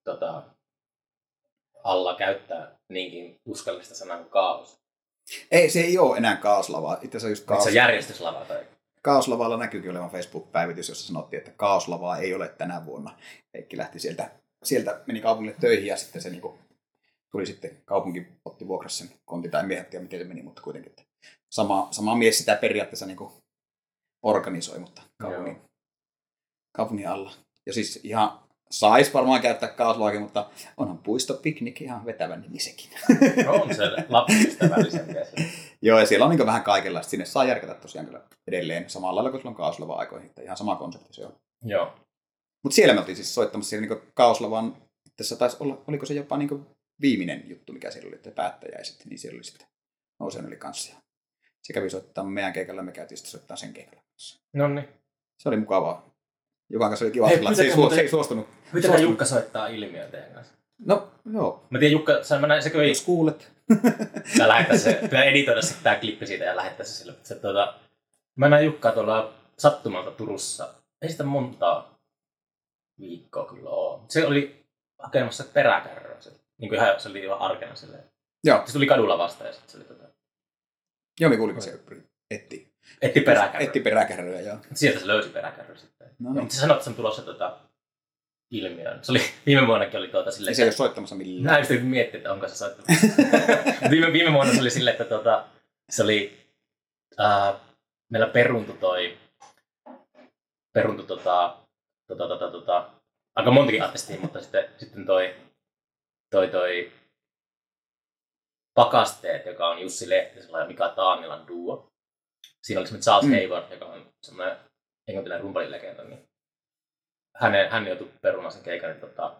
alla käyttää niinkin uskallista sanaa kuin kaos? Ei, se ei ole enää Kaoslava. Itse asiassa just kaos. Se on järjestyslava tai? Kaoslavalla näkyykin olevan Facebook-päivitys, jossa sanottiin, että Kaoslavaa ei ole tänä vuonna. Heikki lähti sieltä meni kaupungille töihin ja sitten se niinku tuli sitten, kaupunki otti vuokrassa sen kontin, tai en tiedä miten se meni, mutta kuitenkin. Sama mies sitä periaatteessa niinku organisoi, mutta kaupungin alla. Ja siis ihan sais varmaan käyttää Kaoslavaakin, mutta onhan puistopiknik ihan vetävän nimi sekin. On se lapsiystävällisempi. Joo, ja siellä on niin vähän kaikenlaista. Sinne saa järkätä tosiaan kyllä edelleen samalla lailla kuin silloin Kaoslava aikoihin. Ihan sama konsepti se on. Joo. Mutta siellä me oltiin siis soittamassa siellä niin Kaoslavan, tässä taisi olla, oliko se jopa niin viimeinen juttu, mikä siellä oli, että päättäjäiset, niin siellä oli sitten Nouseen oli kanssa. Se kävi soittaa meidän keikalla, me käytiin sitten soittaa sen keikalla kanssa. Noniin. Se oli mukavaa. Jukan kanssa oli kiva, että se ei suostunut. Miten Jukka soittaa ilmiöön teidän kanssa? No, joo. Mä tiedän, Jukka, sekö ei... Jos kuulet. Mä lähettäis se, pitää editoida sitten tää klippi siitä ja lähettää se sille. Mä näin Jukkaa tuolla sattumalta Turussa. Ei sitä montaa viikkoa kyllä oo. Se oli hakemassa peräkärryä. Niin se oli ihan arkena silleen. Joo. Se tuli kadulla vastaan ja sitten se oli Joo, me kuuliko se Etti peräkärryä. Etti peräkärryä, joo. Sieltä se löysi peräkärryä sitten. No niin. Mutta sä sanoit, että se on tulossa ilmiöön. Se oli, viime vuonnakin oli silleen... Se ei ole soittamassa millään. Mä just miettiä, että onko se soittamassa. viime vuonna se oli silleen, että se oli... meillä peruntui aika montakin artistia, mutta sitten toi Pakasteet, joka on Jussi Lehtisellä ja Mika Taanilan duo. Siinä oli semmoinen Charles Hayward, joka on semmoinen englantilainen rumpalilegenda. Niin hän joutui perumaan sen keikan.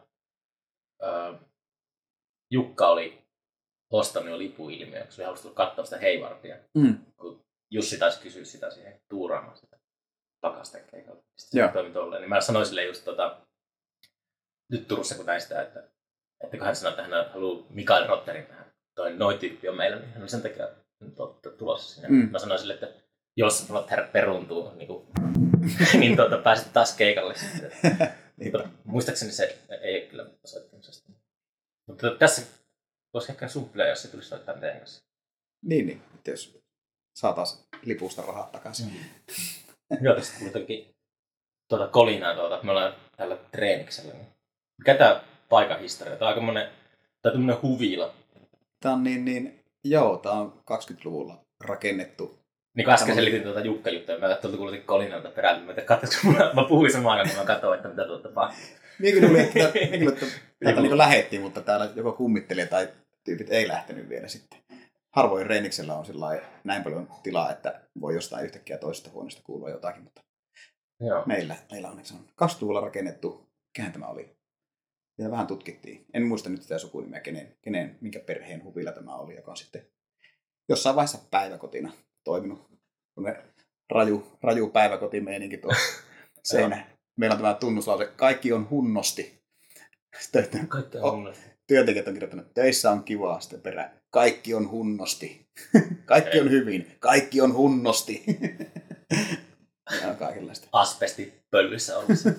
Jukka oli ostanut jo lipuilmiöön, koska se halusi tulla katsoa sitä Haywardia. Kun Jussi taisi kysyä sitä siihen tuuraamaan sitä Pakasteen keikalla. Sitten se toimi tolleen. Niin mä sanoin sille just nyt Turussa kun näin sitä, että kun hän sanoi, että hän haluaa Mikael Rotterin tähän. Toi tyyppi on meillä, niin hän on sen takia tulossa sinne. Mä sanoin sille, että jos Rotter peruuntuu, niin pääset taas keikalle sitten. Muistaakseni se ei kyllä soittanut sitä. Mutta tässä voisi ehkä supplea, jos se tulisi soittaa teidän kanssa. Niin, jos saataisiin lipusta rahat takaisin. Joo, tästä kuitenkin kolinaa me ollaan täällä treeniksellä. Mikä tää paikan historia? Tää on aika tämmönen huvila. Tää on tää on 20-luvulla rakennettu. Niin kuin äsken selitin Jukka-juttuja, mä kuulin kolinalta perältä. Mä puhuin samaan aikaan, kun mä katsoin, että mitä tuolta tapahtuu. Minäkin luulin, että täältä niin lähettiin, mutta täällä joko kummittelija tai tyypit ei lähtenyt vielä sitten. Harvoin Reeniksellä on näin paljon tilaa, että voi jostain yhtäkkiä toisesta huoneesta kuulua jotakin, mutta joo. Meillä onneksi on 20-luvulla rakennettu. Mikähän tämä oli? Ja vähän tutkittiin. En muista nyt sitä sukunimeä, minkä perheen huvila tämä oli, joka on sitten jossain vaiheessa päiväkotina toiminut. Raju päiväkotimeininki tuo seinä. Meillä on tämä tunnuslause, kaikki on hunnosti. Kaikki on hunnosti. Työntekijät on kirjoittanut, töissä on kivaa, sitten perään. Kaikki on hunnosti. Kaikki on hyvin. Kaikki on hunnosti. Ja kaikenlaista. Asbesti pöllyssä ollessa.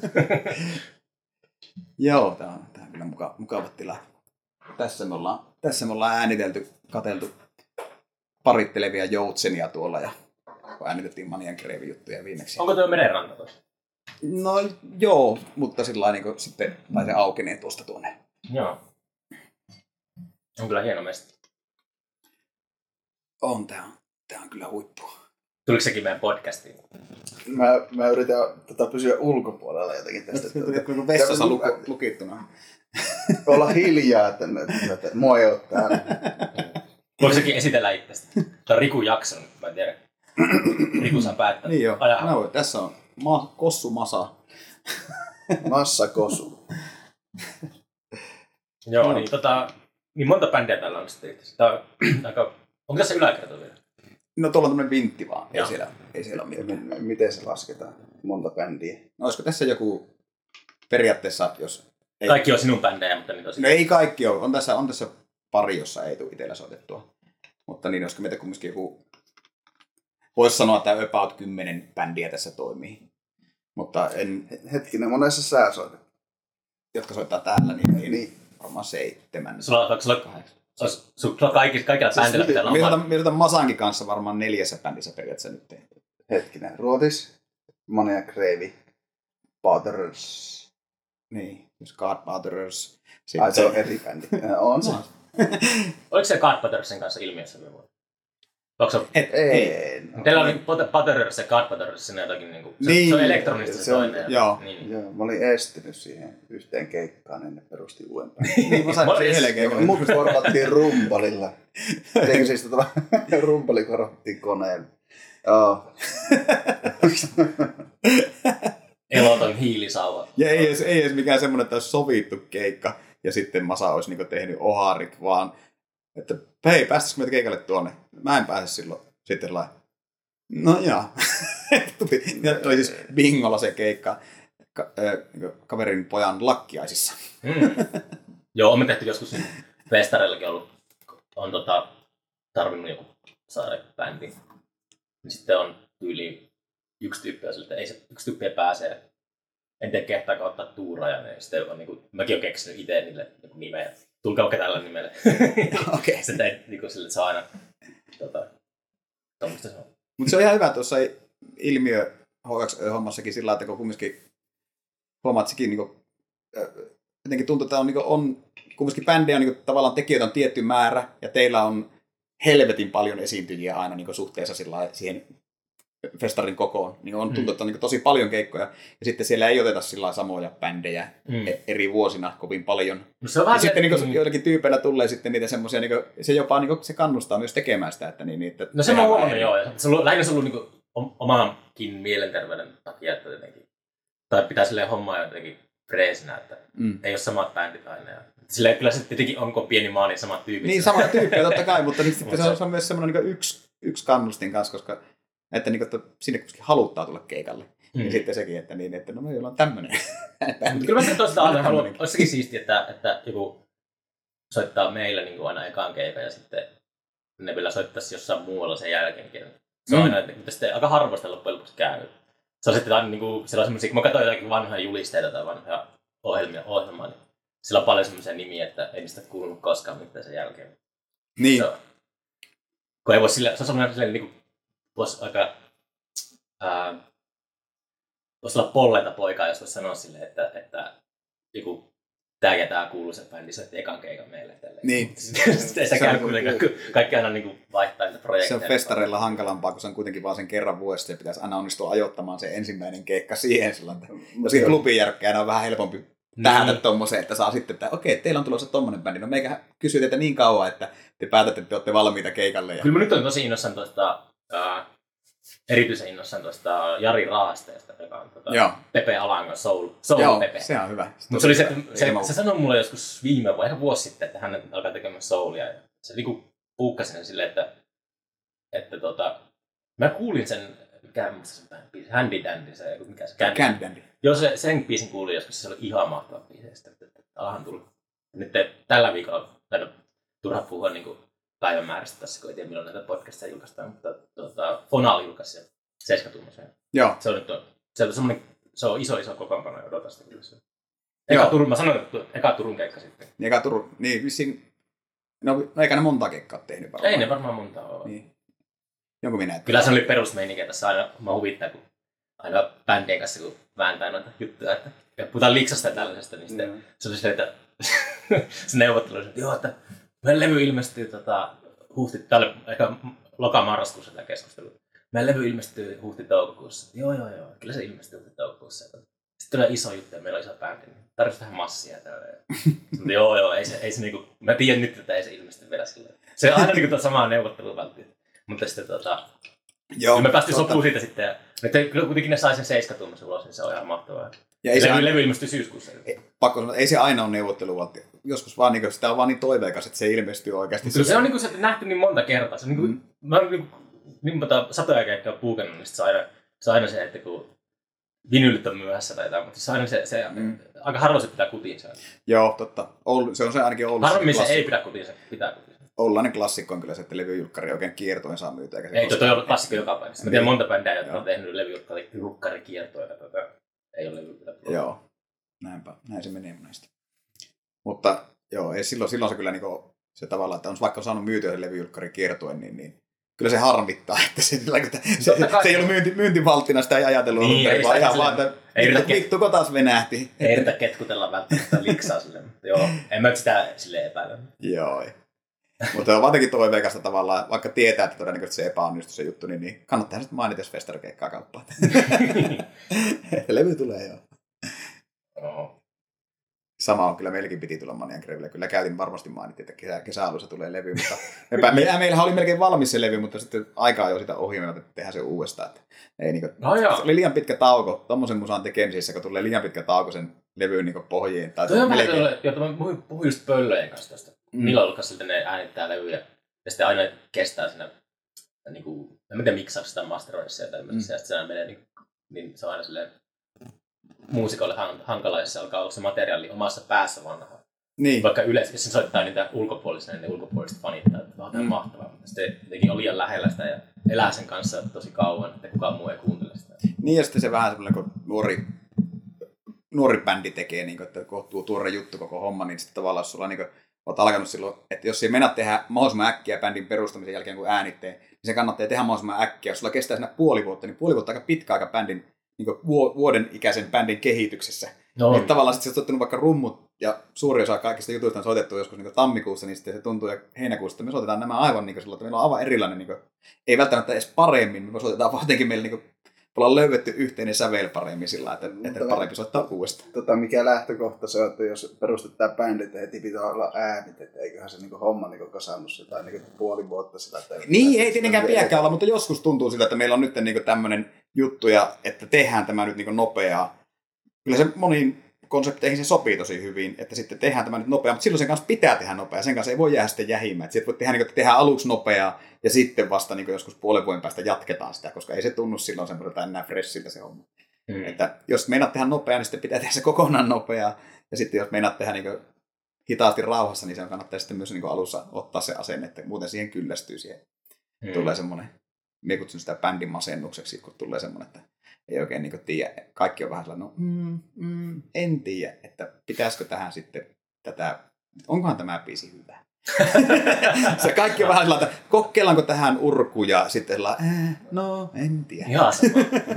Joo, tämä on kyllä mukava tila. Tässä me ollaan äänitelty, katseltu parittelevia joutsenia tuolla ja kun äänitettiin Manian Kreevin juttuja viimeksi. Onko tuo merenranta tuossa? No joo, mutta sillä niin sitten se aukenee tuosta tuonne. Joo. On kyllä hieno mesta. Tää on kyllä huippua. Tuliko sekin meidän podcastiin? Mä yritän pysyä ulkopuolella jotenkin tästä. Koko vessassa lukittuna. Olla hiljaa, että mua ei ole täällä. Voiko sekin esitellä itsestä? Tämä on Riku jakson, mä en tiedä. Riku saa päättää. Niin joo. No, tässä on Kossu Masa. Massa Kossu. Joo, niin monta bändiä täällä on sitten itse. Onko tässä yläkerta vielä? No tuolla on tämmöinen vintti vaan. Ei siellä ole mitään. Miten se lasketaan? Monta bändiä. No olisiko tässä joku periaatteessa, jos... Ei... Kaikki on sinun bändejä, mutta niin tosiaan. No ei kaikki ole. On tässä pari, jossa ei tule itsellä soitettua. Mutta niin, olisiko meitä kumminkin joku... Voisi sanoa, että about 10 bändiä tässä toimii. Mutta Hetkinen, monessa sä soitat? Jotka soittaa täällä, niin ei varmaan 7. Sulla on 8. Sulla kaikilla bändillä pitää olla. Minä otan Masankin kanssa varmaan 4 bändissä periaatteessa nyt. Hetkinen, Ruotis, Mania Kreevi, Potterers. Niin, jos God Potterers. Se on eri bändi. On se. Oliko se God Pottersin kanssa ilmiössä vielä? Ei. Teillä oli Potterers ja God Potterers sinne jotakin se on elektronista se toinen. Joo. Joo, mä olin estynyt siihen yhteen keikkaan ennen perusti uudempaa. Niin mä sain yhden keikan. Mut korvattiin rumpalilla. Teikö siis rumpali korvattiin koneella. Joo. Eloton hiilisauva. Ja ei edes mikään semmoinen, että olisi sovittu keikka ja sitten Masa olisi tehnyt oharit, vaan että hei, päästäisikö meitä keikalle tuonne? Mä en pääse silloin. Sitten no joo. Tuli siis bingolla se keikka kaverin pojan lakkiaisissa. Joo, on tehty joskus festareillakin on tarvinnut joku saada bändi. Sitten on yli yksi tyyppi, että ei se yksi tyyppi pääsee. En tiedä kehtaako ottaa tuuraajan. Ja sitten mäkin olen keksinyt itse niille nimeä. Tulkaa oikein tällä nimellä. Okei. Sitten ei sille saa aina tuommoista sanoa. Mutta se on ihan hyvä tuossa ilmiö HX-hommassakin sillä, että kun kumminkin huomaat sekin jotenkin tuntuu, että on kumminkin bändejä on tavallaan tekijöitä on tietty määrä ja teillä on helvetin paljon esiintyjiä aina suhteessa siihen festarin kokoon, niin on tuntuu, että on tosi paljon keikkoja, ja sitten siellä ei oteta sillä samoja bändejä eri vuosina kovin paljon. No se on vähän ja sitten joillakin tyypeillä tulee sitten niitä semmoisia, se jopa se kannustaa myös tekemään sitä, että että no se on huomannut, joo. Lähinnä se on ollut omankin mielenterveyden takia, että jotenkin, tai pitää silleen hommaa jotenkin freesinä, että ei ole samat bändit aina. Ja silleen kyllä se tietenkin on, kun on pieni maa, niin samat tyypit. Niin, samat tyyppejä totta kai, mutta sitten se on myös semmoinen yksi kannustin kanssa, koska Että, niin kuin, että sinne kuitenkin haluttaa tulla keikalle. Ja sitten sekin, että, niin, että no meillä on tämmöinen. Mutta kyllä mä sen toista aina haluan. Olisi sekin siistiä, että joku soittaa meille niin kuin aina ekaan keikan ja sitten ne vielä soittaisi jossain muualla sen jälkeenkin. Se on aina, mutta sitten aika harvoista loppujen lopuksi käy. Se on sitten aina niin kuin, siellä on semmoisia, kun mä katsoin jotakin vanhoja julisteita tai vanhoja ohjelmaa, niin sillä on paljon semmoisia nimiä, että ei niistä kuulunut koskaan mitään sen jälkeen. Niin. Kun ei voi sillä, se on semmoinen silleen, niin kuin, voisi aika, voisi olla polleita poikaa, jos voisi sanoa silleen, että joku tää ja tää kuuluisa bändi soitti ekan keikan meille. Niin. Sitten ei se käy kuitenkaan, kaikki aina niin kuin vaihtaa niitä projekteja. Se on festareilla hankalampaa, kun se on kuitenkin vaan sen kerran vuodessa ja pitäisi aina onnistua ajoittamaan se ensimmäinen keikka siihen. Joskin klubijärkkäänä on vähän helpompi tähdä tommoseen, että saa sitten, että okei, teillä on tulossa tommonen bändi. No meikä kysyy teitä niin kauan, että te päätätte, että te olette valmiita keikalle. Ja... Kyllä mä nyt olen tosi innossaan erityisen innossaan tuosta Jari Raasteesta, joka on Pepe Alangon Soul Joo, Pepe. Se on hyvä. Mutta se sanoi mulle joskus viime vuonna, ehkä vuosi sitten, että hän alkaa tekemään soulia. Ja se niinku puukkasi sen silleen, että mä kuulin sen, mikä musta sen biisi, Handy Dandy, se mikä se Candy Dandy. Joo, sen biisin kuulin joskus, se oli ihan mahtava biisi. Että alahan tullut. Nyt tällä viikolla turha puhua niinku päivämäärästä tässä, kun ei tiedä milloin näitä podcasteja julkaistaan, mutta Fonal julkaisi sen 7-tuumaisen. Joo. Se on iso kokoonpano ja odotan sitä kyllä. Mä sanoin, että eka Turun keikka sitten. Niin vissiin, no eikä ne monta keikkaa tehnyt varmaan. Ei ne varmaan monta ole. Niin. Jonkun minä. Kyllä se oli perusmeininkiä tässä aina, mä huvittaa, kun aina bändien kanssa kun vääntää noita juttuja, että puhutaan liksasta ja tällaisesta, niin sitten se oli silleen, että se neuvottelu, että joo, että meidän levy ilmestyy täällä ehkä loka-marraskuussa tämä keskustelu. Meidän levy ilmestyy huhti-toukokuussa. Joo, kyllä se ilmestyy huhti-toukokuussa. Sitten tulee iso juttu ja meillä on iso bändi. Tarvitsisi vähän massia täällä. Joo, ei se niinku, mä tiedän nyt, että ei se ilmesty vielä silleen. Se on aina niinku samaa neuvottelua välttämättä. Mutta sitten me päästiin sopuun siitä sitten. Ja kyllä kuitenkin ne sai sen 7-tuumaisen ulos, niin se on ihan mahtavaa. Ja levy ilmestyi syyskuussa. Pakko sanoa, ei se aina ole neuvotteluvaltio. Joskus vaan niin, sitä on vaan niin toiveikas, että se ilmestyy oikeasti. Se on niin kuin nähty niin monta kertaa. Se on mä oon niin satoja keikkaa puukannut, niin se on aina se, että kun vinyylit on myöhässä tai jotain, mutta se on aina se aika harvoin se pitää kutinsa. Joo, totta. Se on se ainakin Oulussa. Harvemmin se ei pidä kutinsa, pitää kutinsa. Oululainen klassikko on kyllä se, että levyjulkkari oikein kiertoen saa myytä. Ei, toi on ollut klassikko joka paikassa. Mä tiedän monta bändää, jotka on tehnyt levyjulkkarikiertoja. Ei ole levyjulkkari. Joo, näin se menee monesti. Mutta joo, ei silloin se kyllä niinku, se tavallaan, että on vaikka saanut myytyä sen levyjulkkarin kiertoen, niin kyllä se harmittaa, että se ei ollut myyntivalttina, sitä ei ajatellut niin, vaan ihan vaan, että vittuko taas venähti. Ei yritä ketkutella välttämättä liksaa silleen, mutta joo, en mä sitä silleen epäile. Joo, mutta on jotenkin toiveikasta tavallaan, vaikka tietää, että todennäköisesti se epäonnistuu se juttu, niin kannattaa sitten mainita, jos festarikeikkaa kauppaa. Levy tulee joo. Sama on kyllä, meilläkin piti tulla Manian Greville. Kyllä käytin varmasti mainittiin, että kesäalussa tulee levy, mutta meillähän oli melkein valmis se levy, mutta sitten aikaa jo sitä ohi, että tehdään se uudestaan. Että ei, niin kuin, se oli liian pitkä tauko, tommosen musaan tekemisissä, kun tulee liian pitkä tauko sen levyyn niin pohjiin. Toi on vähän jota mä puhuin just Pöllöjen kanssa tuosta. Milloin olkaan siltä ne äänittää levyjä ja sitten aina kestää siinä, niin kuin, en tiedä miksauksessa tai masteroinnissa ja tämmöisessä, ja sitten se aina menee, niin se on aina silleen muusikolle hankala, jos se alkaa olla se materiaali omassa päässä vanhaa. Niin. Vaikka yleensä, jos se soittaa niitä ulkopuolisia, niin ne ulkopuoliset fanittaa, että on mahtavaa. Mutta sitten jotenkin on liian lähellä sitä ja elää sen kanssa tosi kauan, että kukaan muu ei kuuntele sitä. Niin ja sitten se vähän semmoinen, kun nuori bändi tekee, niin kuin, että kohtuu tuore juttu koko homma, niin sitten tavallaan jos sulla niin kuin, olet alkanut silloin, että jos ei mennä tehdä mahdollisimman äkkiä bändin perustamisen jälkeen kun äänitteen, niin se kannattaa tehdä mahdollisimman äkkiä. Jos sulla kestää siinä puoli vuotta, niin puoli vuotta aika pitkä aika bändin, niin vuoden ikäisen bändin kehityksessä. No. Niin tavallaan sitten se on vaikka rummut ja suuri osa kaikista jutuista on soitettu joskus niin tammikuussa, niin sitten se tuntuu ja heinäkuussa, me soitetaan nämä aivan niin kuin, että meillä on aivan erilainen, niin kuin, ei välttämättä edes paremmin, me soitetaan vaan jotenkin meillä niin kuin, ollaan löydetty yhteinen sävel paremmin sillä, että parempi soittaa uudestaan. Mikä lähtökohta se on, että jos perustetaan bändit, että heti pitää olla äänit, että eiköhän se niinku homma niinku kasannut sitä niinku puoli vuotta sitä. Niin, ei tietenkään pidäkään olla, mutta joskus tuntuu siltä, että meillä on nyt niinku tämmöinen juttu, ja että tehdään tämä nyt niinku nopeaa. Kyllä se moniin konsepteihin se sopii tosi hyvin, että sitten tehdään tämä nyt nopeaa, mutta silloin sen kanssa pitää tehdä nopeaa, sen kanssa ei voi jäädä sitten jähimään. Että voi tehdä, niin että tehdään aluksi nopeaa ja sitten vasta niin joskus puolen vuoden päästä jatketaan sitä, koska ei se tunnu silloin semmoiselta enää freshiltä se homma. Että jos meinaat tehdä nopeaa, niin sitten pitää tehdä se kokonaan nopeaa. Ja sitten jos meinaat tehdä niin hitaasti rauhassa, niin se kannattaa sitten myös niin alussa ottaa se asenne, että muuten siihen kyllästyy siihen. Tulee semmoinen, minä kutsun sitä bändin masennukseksi, kun tulee semmoinen, että ei oikein niin tiedä. Kaikki on vähän sellainen, en tiedä, että pitäisikö tähän sitten tätä, onkohan tämä biisi hyvä. Se kaikki on vähän sellainen, että kokeillaanko tähän urkuja, sitten sellainen, no en tiedä. Ihan sama.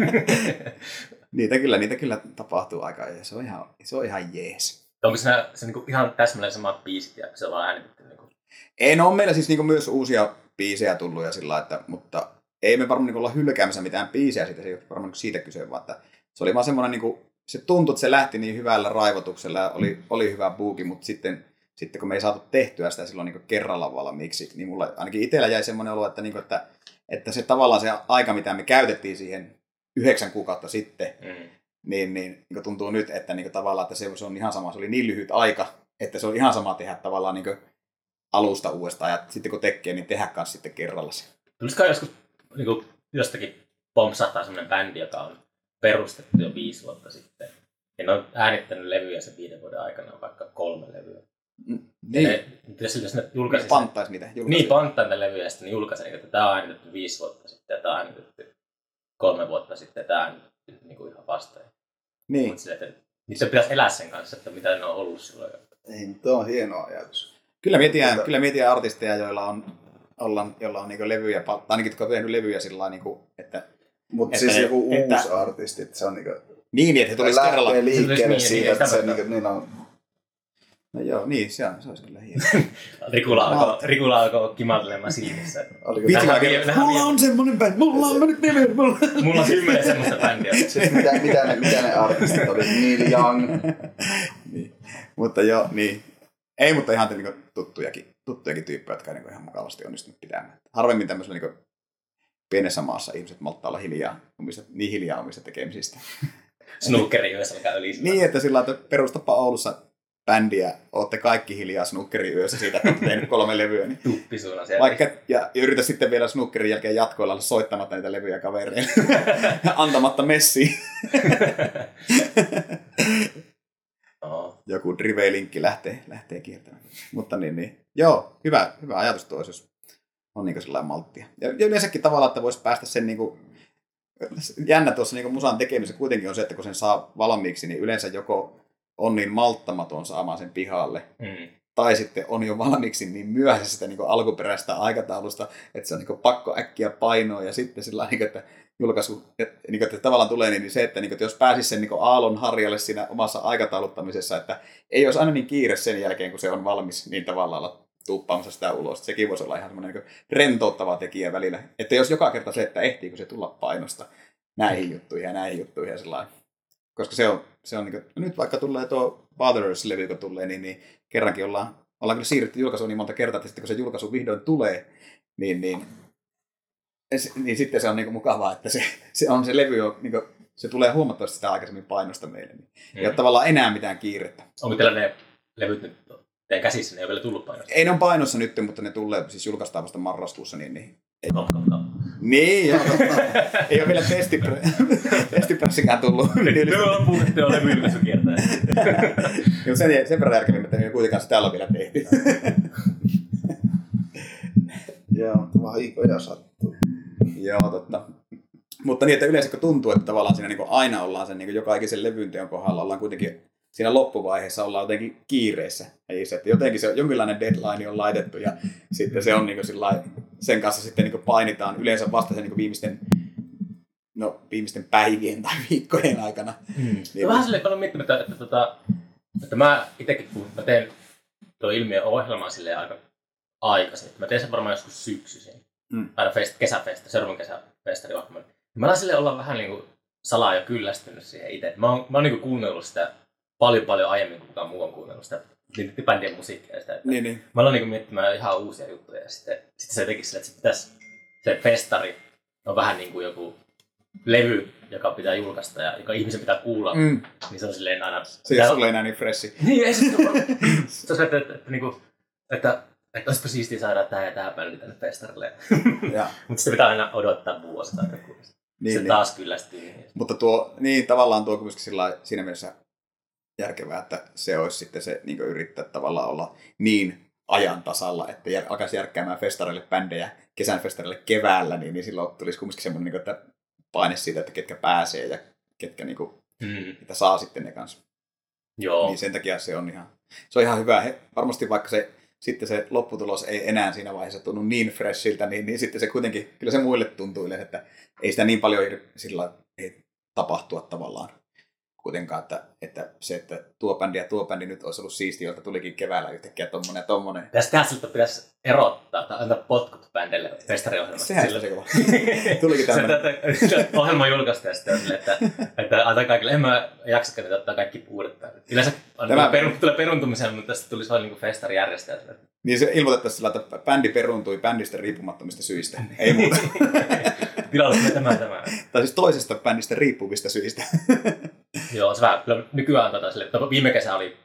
niitä kyllä tapahtuu aika ja se on ihan jees. Onko se niinku ihan täsmälleen samat biisit ja se on vaan äänitetty? Niinku? Ei, no on meillä siis niinku myös uusia biisejä tullut ja sillä että, mutta ei me varmaan niinku olla hylkäämässä mitään biisejä siitä, se ei ole varmaan niinku siitä kyse, vaan että se oli vaan semmoinen, niinku, se tuntui, että se lähti niin hyvällä raivotuksella ja oli hyvä buuki, mutta sitten kun me ei saatu tehtyä sitä silloin niinku kerralla valmiiksi, niin mulla ainakin itsellä jäi semmoinen olo, että, niinku, että se tavallaan se aika, mitä me käytettiin siihen 9 kuukautta sitten, niin tuntuu nyt, että niin tavallaan että se on ihan sama, se oli niin lyhyt aika, että se on ihan sama tehdä tavallaan niin alusta uudestaan, ja sitten kun tekee, niin tehdä kanssa sitten kerralla se. Tulisiko joskus niin jostakin pompsahtaa semmoinen bändi, joka on perustettu jo 5 vuotta sitten, ja ne on äänittänyt levyjä sen 5 vuoden aikana, vaikka 3 levyä. Niin. Jos ne julkaisi panttaisi niitä. Niin, panttaa niitä levyjä ja sitten julkaisi, että tämä on äänitetty 5 vuotta sitten, ja tämä on äänitetty 3 vuotta sitten, ja tämä on äänitetty niin ihan vastaan. Niin. Mutta sille, että se pitäisi elää sen kanssa, että mitä ne on ollut silloin. Ei, mutta tuo on hieno ajatus. Kyllä mietiä artisteja, joilla on niin levyjä, tai ainakin jotka on tehnyt levyjä sillä lailla, niin että... Mutta siis joku uusi artisti, että se on niin, että he tulisi kerralla... Lähtee liikkeelle siitä, että se niin on... No joo, niin, se olisi kyllä hieno. Rikulla alkoi kimaltelemaan silmissä. Mulla on semmoinen bändi, mulla on mennyt nimi. Mulla on 10 semmoista bändiä. Siis mitä ne artistit oli? Neil Young. Niin. Mutta joo, niin. Ei, mutta ihan tuttujakin tyyppejä, jotka on ihan mukavasti onnistunut pitämään. Harvemmin tämmöisellä niin pienessä maassa ihmiset malttaa olla niin hiljaa omista tekemisistä. Snookeri yössä alkaa yli. Niin, että sillä että perustapa Oulussa bändiä, ootte kaikki hiljaa snookerin yössä siitä, että olette tehnyt 3 levyä. Niin Tuppisuuna siellä. vaikka, ja yritä sitten vielä snookerin jälkeen jatkoilla olla soittamatta niitä levyjä kavereille. Antamatta messiä. Joku drive-linkki lähtee kiertämään. Mutta niin. Joo, hyvä ajatus tuo, jos on niin sellainen malttia. Ja yleensäkin tavallaan, että voisi päästä sen niin kuin, jännä tuossa niin musan tekemisessä kuitenkin on se, että kun sen saa valmiiksi, niin yleensä joko on niin malttamaton saamaan sen pihalle, tai sitten on jo valmiiksi niin myöhässä sitä niin alkuperäistä aikataulusta, että se on niin pakko äkkiä painoa, ja sitten sillä niin että julkaisu, niin että tavallaan tulee niin se, että, että jos pääsisi sen niin aallon harjalle siinä omassa aikatauluttamisessa, että ei olisi aina niin kiire sen jälkeen, kun se on valmis, niin tavallaan olla tuuppaamassa sitä ulos. Sekin voisi olla ihan semmoinen niin rentouttava tekijä välillä. Että jos joka kerta se, että ehtiikö se tulla painosta näihin juttuihin ja sellainen. Koska se on niin kuin, nyt vaikka tulee tuo Father's-levy, kun tulee, niin kerrankin ollaan kyllä siirrytty julkaisuun niin monta kertaa, että sitten kun se julkaisu vihdoin tulee, niin sitten se on niin kuin mukavaa, että se levy on, niin kuin, se tulee huomattavasti sitä aikaisemmin painosta meille. Niin ei ole tavallaan enää mitään kiirettä. Onko teillä ne levyt nyt teidän käsissä, ne ei ole vielä tullut painosta? Ei ne on painossa nyt, mutta ne tulee, siis julkaistaan vasta marraskuussa, niin Kom. Niin, joo, ei ole vielä testipressikään tullut. Ne on puhuttu jo levy-julkaisukiertäjä. Sen verran järkevimmin, että ei kuitenkaan sitä ole vielä tehty. Joo, mutta vahinkoja sattuu. Joo, totta. Mutta niin, että yleensä kun tuntuu, että tavallaan siinä niin aina ollaan sen niin joka ikisen levynteon kohdalla, ollaan kuitenkin siinä loppuvaiheessa ollaan jotenkin kiireessä. Eli se, että jotenkin se jonkinlainen deadline on laitettu ja sitten se on niin sen kanssa sitten niin painitaan yleensä vasta sen niin viimeisten päivien tai viikkojen aikana. Niin, vähän silleen paljon miettimättä, että mä itsekin mä teen tuo ilmiön ohjelmaa silleen aika aikaisin. Mä teen sen varmaan joskus syksyisin. Aina kesäfesta, seuraavan kesäfestari ohjelman. Mä alan silleen olla vähän niin kuin salaa jo kyllästynyt siihen itse. Mä oon niin kuin kuunnellut sitä paljon aiemmin kuin kukaan muu on kuunnellut sitä bändien musiikkia. Sitä, niin. Mä aloin niin miettimään ihan uusia juttuja ja sitten se teki sille, että se festari on vähän niin kuin joku levy, joka pitää julkaista ja joka ihmisen pitää kuulla, niin se on silleen aina... Se ei ole sulle enää niin freshi. Niin, ei se ole, että olisipa siistiä saada tää ja tää bändi tänne festarille. Mutta sitä pitää aina odottaa vuosi tai joku. Se taas kyllästyy. Mutta tavallaan tuo myöskin siinä mielessä järkevää, että se olisi sitten se niin yrittää tavallaan olla niin ajan tasalla, että alkaisi järkkäämään festareille bändejä kesän festareille keväällä, niin silloin tulisi kumminkin semmoinen, niin että paine siitä, että ketkä pääsee ja ketkä niin kuin, että saa sitten ne kanssa. Joo. Niin sen takia se on ihan hyvä. Varmasti vaikka sitten se lopputulos ei enää siinä vaiheessa tunnu niin freshiltä, niin sitten se kuitenkin, kyllä se muille tuntuu yleensä, että ei sitä niin paljon sillä ei tapahtua tavallaan kuitenkaan, että se, että tuo bändi nyt olisi ollut siistiä, jolta tulikin keväällä yhtäkkiä tommonen ja tommonen. Pitäisi erottaa tai antaa potkut bändille festariohjelmasta. Sehän se kova. Tulikin tämmönen. Ohjelma julkaista ja sitten että antaa kaikille, en mä jaksakaan niitä ottaa kaikki uudet bändit. Yleensä tulee peruntumiseen, mutta tästä tulisi vain niin festarijärjestäjät. Niin se ilmoitettaisiin sillä, että bändi peruuntui bändistä riippumattomista syistä. Ei muuta. Tilalle tämä. Tai siis toisesta bändistä riippuvista syistä. Joo, se vähän. Kyllä nykyään sille, viime kesä oli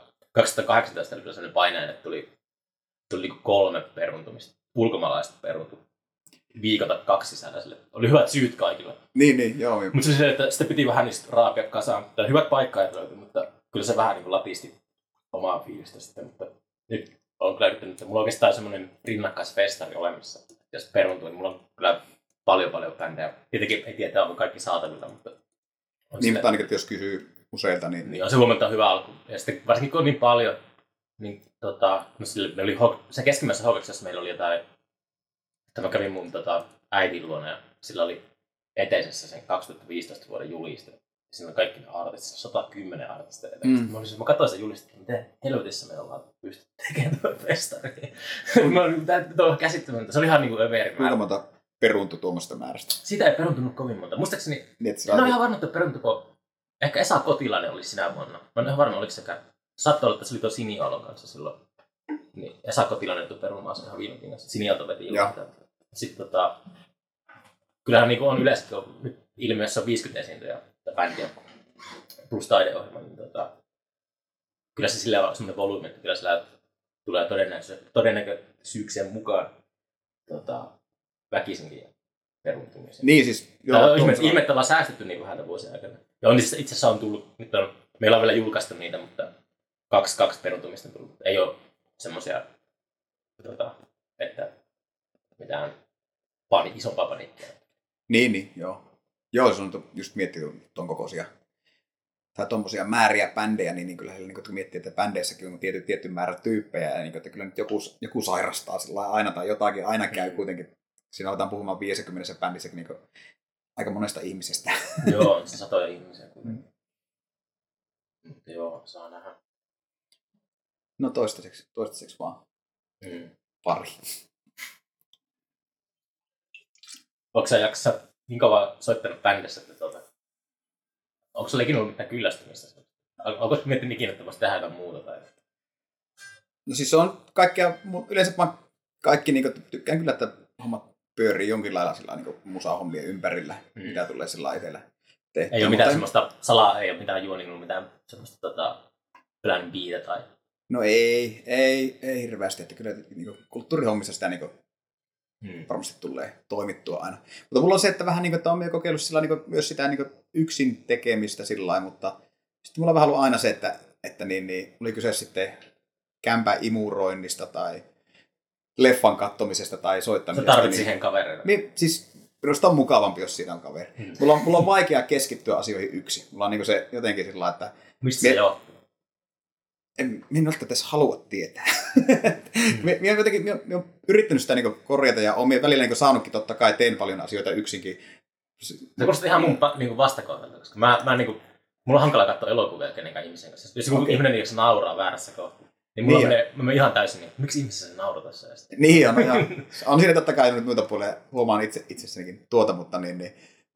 2018 oli kyllä sellainen paine, että tuli 3 peruntumista. Ulkomaalaista peruntui viikota 2 sisällä. Sille oli hyvät syyt kaikilla. Niin, joo. Mutta se, että sitä piti vähän niistä raapia kasaan. Tämä hyvät paikkaajat löytyi, mutta kyllä se vähän niin latisti omaa fiilistä sitten. Mutta nyt on kyllä yrittänyt, että mulla on oikeastaan semmoinen rinnakkaisfestari olemassa. Jos peruntuu, niin mulla on kyllä paljon bändejä. Tietenkin ei tiedä, onko kaikki saatavilla, mutta... Niin, mutta ainakin, että jos kysyy useilta, niin on se huomattavasti hyvä alku. Ja sitten varsinkin kun on niin paljon, niin me oli se keskimmäisessä Hokeksessa meillä oli jotain, että mä kävin mun äidin luona ja sillä oli eteisessä sen 2015 vuoden juliste. Siinä on kaikki ne artistit, 110 artistia. Mä katsoin sitä julistetta, miten helvetissä me ollaan pystytty tekemään tuo festari. Tuo on käsittämätöntä. Se oli ihan niin kuin överi. Kuinka monta peruuntui tuommoista määrästä? Sitä ei peruntunut kovin monta. Muistaakseni, en ole ihan varma, että peruntuko. Ehkä Esa Kotilainen oli sinä vuonna. Mä en ole ihan varma, oliko sekään. Saattoi olla, että se oli tuo Sinialon kanssa silloin. Niin Esa Kotilainen tuli perumaan sen ihan viimekin kanssa. Sinialto veti julkita. Sitten kyllähän niin on yleisesti nyt ilmiössä 50 esiintyjää bändiä plus taideohjelma. Niin kyllä se sillä on semmoinen volyymi, että kyllä sillä tulee todennäköisyyksien mukaan väkisinkin peruuntumisia. Niin siis. Ihmettä vaan säästetty niin häntä vuosien aikana. Ja itse asiassa on tullut, meillä on vielä julkaistu niitä, mutta kaksi peruuntumista on tullut. Ei ole semmoisia, että mitään isompaa paniikkia. Niin, joo. Joo, se on just miettinyt ton kokoisia tai tommosia määriä bändejä, niin kyllä kun miettii, että bändeissäkin on tietty määrä tyyppejä, ja että kyllä nyt joku sairastaa sillä aina tai jotakin aina käy kuitenkin. Siinä aletaan puhumaan 50 bändissä niin aika monesta ihmisestä. Joo, se satoja ihmisiä. Joo, saa nähdä. No toistaiseksi vaan pari. Onko sä jaksa niin kauan soittanut bändissä, että onko sulla ikinä ollut mitään kyllästymistä? Onko miettinyt ikinä, että voisi tehdä jotain muuta? Tai... No siis on kaikkea, yleensä mä kaikki tykkään kyllä, että hommat pyörii jonkin lailla sillä musahommien ympärillä, mitä tulee sillä itsellä tehtyä. Ei ole mitään semmoista salaa, ei ole mitään juoninut, mitään semmoista plan B:tä tai... No ei hirveästi, että kyllä kulttuurihommissa sitä varmasti tulee toimittua aina. Mutta mulla on se, että vähän että on kokeillut sillä myös sitä yksin tekemistä sillä lailla, mutta sitten mulla on vähän ollut aina se, että oli kyse sitten kämpän imuroinnista tai leffan kattomisesta tai soittamisesta. Sä tarvitset siihen kavereita. Niin, siis minusta on mukavampi, jos siinä on kaveri. Mulla on vaikea keskittyä asioihin yksin. Mulla on se jotenkin sillä lailla, että... Mistä se johtuu? En välttämättä edes tietää. Minä olen yrittänyt sitä korjata ja olen välillä saanutkin, totta kai teen paljon asioita yksinkin. Se kuulostaa ihan mun vastakohdalta, koska mulla on hankala katsoa elokuvia kenenkään ihmisen kanssa. Jos joku ihminen nauraa väärässä kohtaa, niin mulla mä ihan täysin, miksi ihmisessä se nauraa tässä? Niin on siinä totta kai nyt muita puolia, huomaan itsessänikin mutta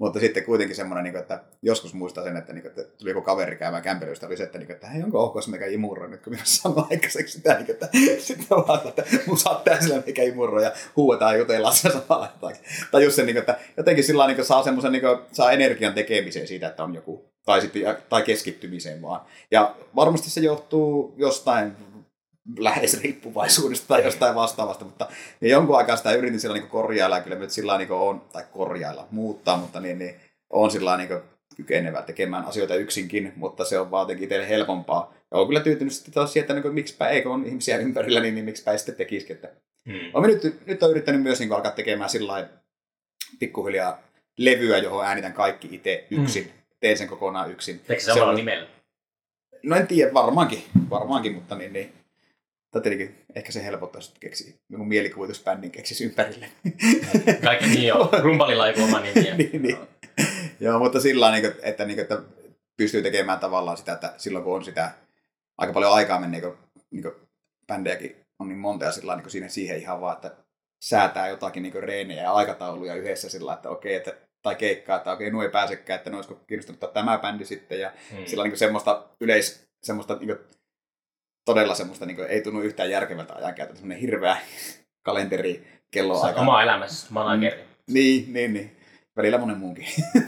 Mutta sitten kuitenkin semmoinen, niin että joskus muistaa sen, että tuli joku kaveri käymään kämpelystä, oli se, että hei, onko ok, jos meikä imuroi nyt, kun minä sanon aikaiseksi sitä, että sitten vaan, että mun saattaa sillä meikä imuroi ja huuetaan ja jutellaan sen samalla. Tai just sen, että jotenkin sillä niin saa semmoisen, saa energian tekemiseen siitä, että on joku, tai keskittymiseen vaan. Ja varmasti se johtuu jostain lähes riippuvaisuudesta tai jostain vastaavasta, mutta ja jonkun aikaa sitä yritin sillä niin korjailla, ja kyllä nyt sillä niin on, tai korjailla, muuttaa, mutta niin on sillä niin kykenevä tekemään asioita yksinkin, mutta se on vaan jotenkin itselle helpompaa. Ja olen kyllä tyytynyt sitten taas siihen, että miksipä eikö on ihmisiä ympärillä, niin miksipä ei sitten tekisikin. Olen nyt on yrittänyt myös niin alkaa tekemään sillä pikkuhiljaa levyä, johon äänitän kaikki itse yksin. Teen sen kokonaan yksin. Teekö se samalla nimellä? No en tiedä, varmaankin, mutta niin. Tai tietenkin ehkä se helpottaisi, että keksii jonkun mielikuvitusbändin keksisi ympärille. Kaikki niin joo. Rumpalilla on joku oma nimi. niin. Joo, mutta sillä tavalla, että pystyy tekemään tavallaan sitä, että silloin kun on sitä aika paljon aikaa mennyt, niin bändejäkin on niin monta ja sillä niin siihen ihan vaan, että säätää jotakin niin reenejä ja aikatauluja yhdessä sillä että okei, että tai keikkaa, että okei, nuo ei pääsekään, että ne olisiko kiinnostunut tämä bändi sitten ja sillä niin semmoista semmoista niin todella semmoista, niin kuin, ei tunnu yhtään järkevältä ajankäytöltä, semmoinen hirveä kalenteri kelloaika. Oma elämässä, manageri. Niin. Välillä monen muunkin.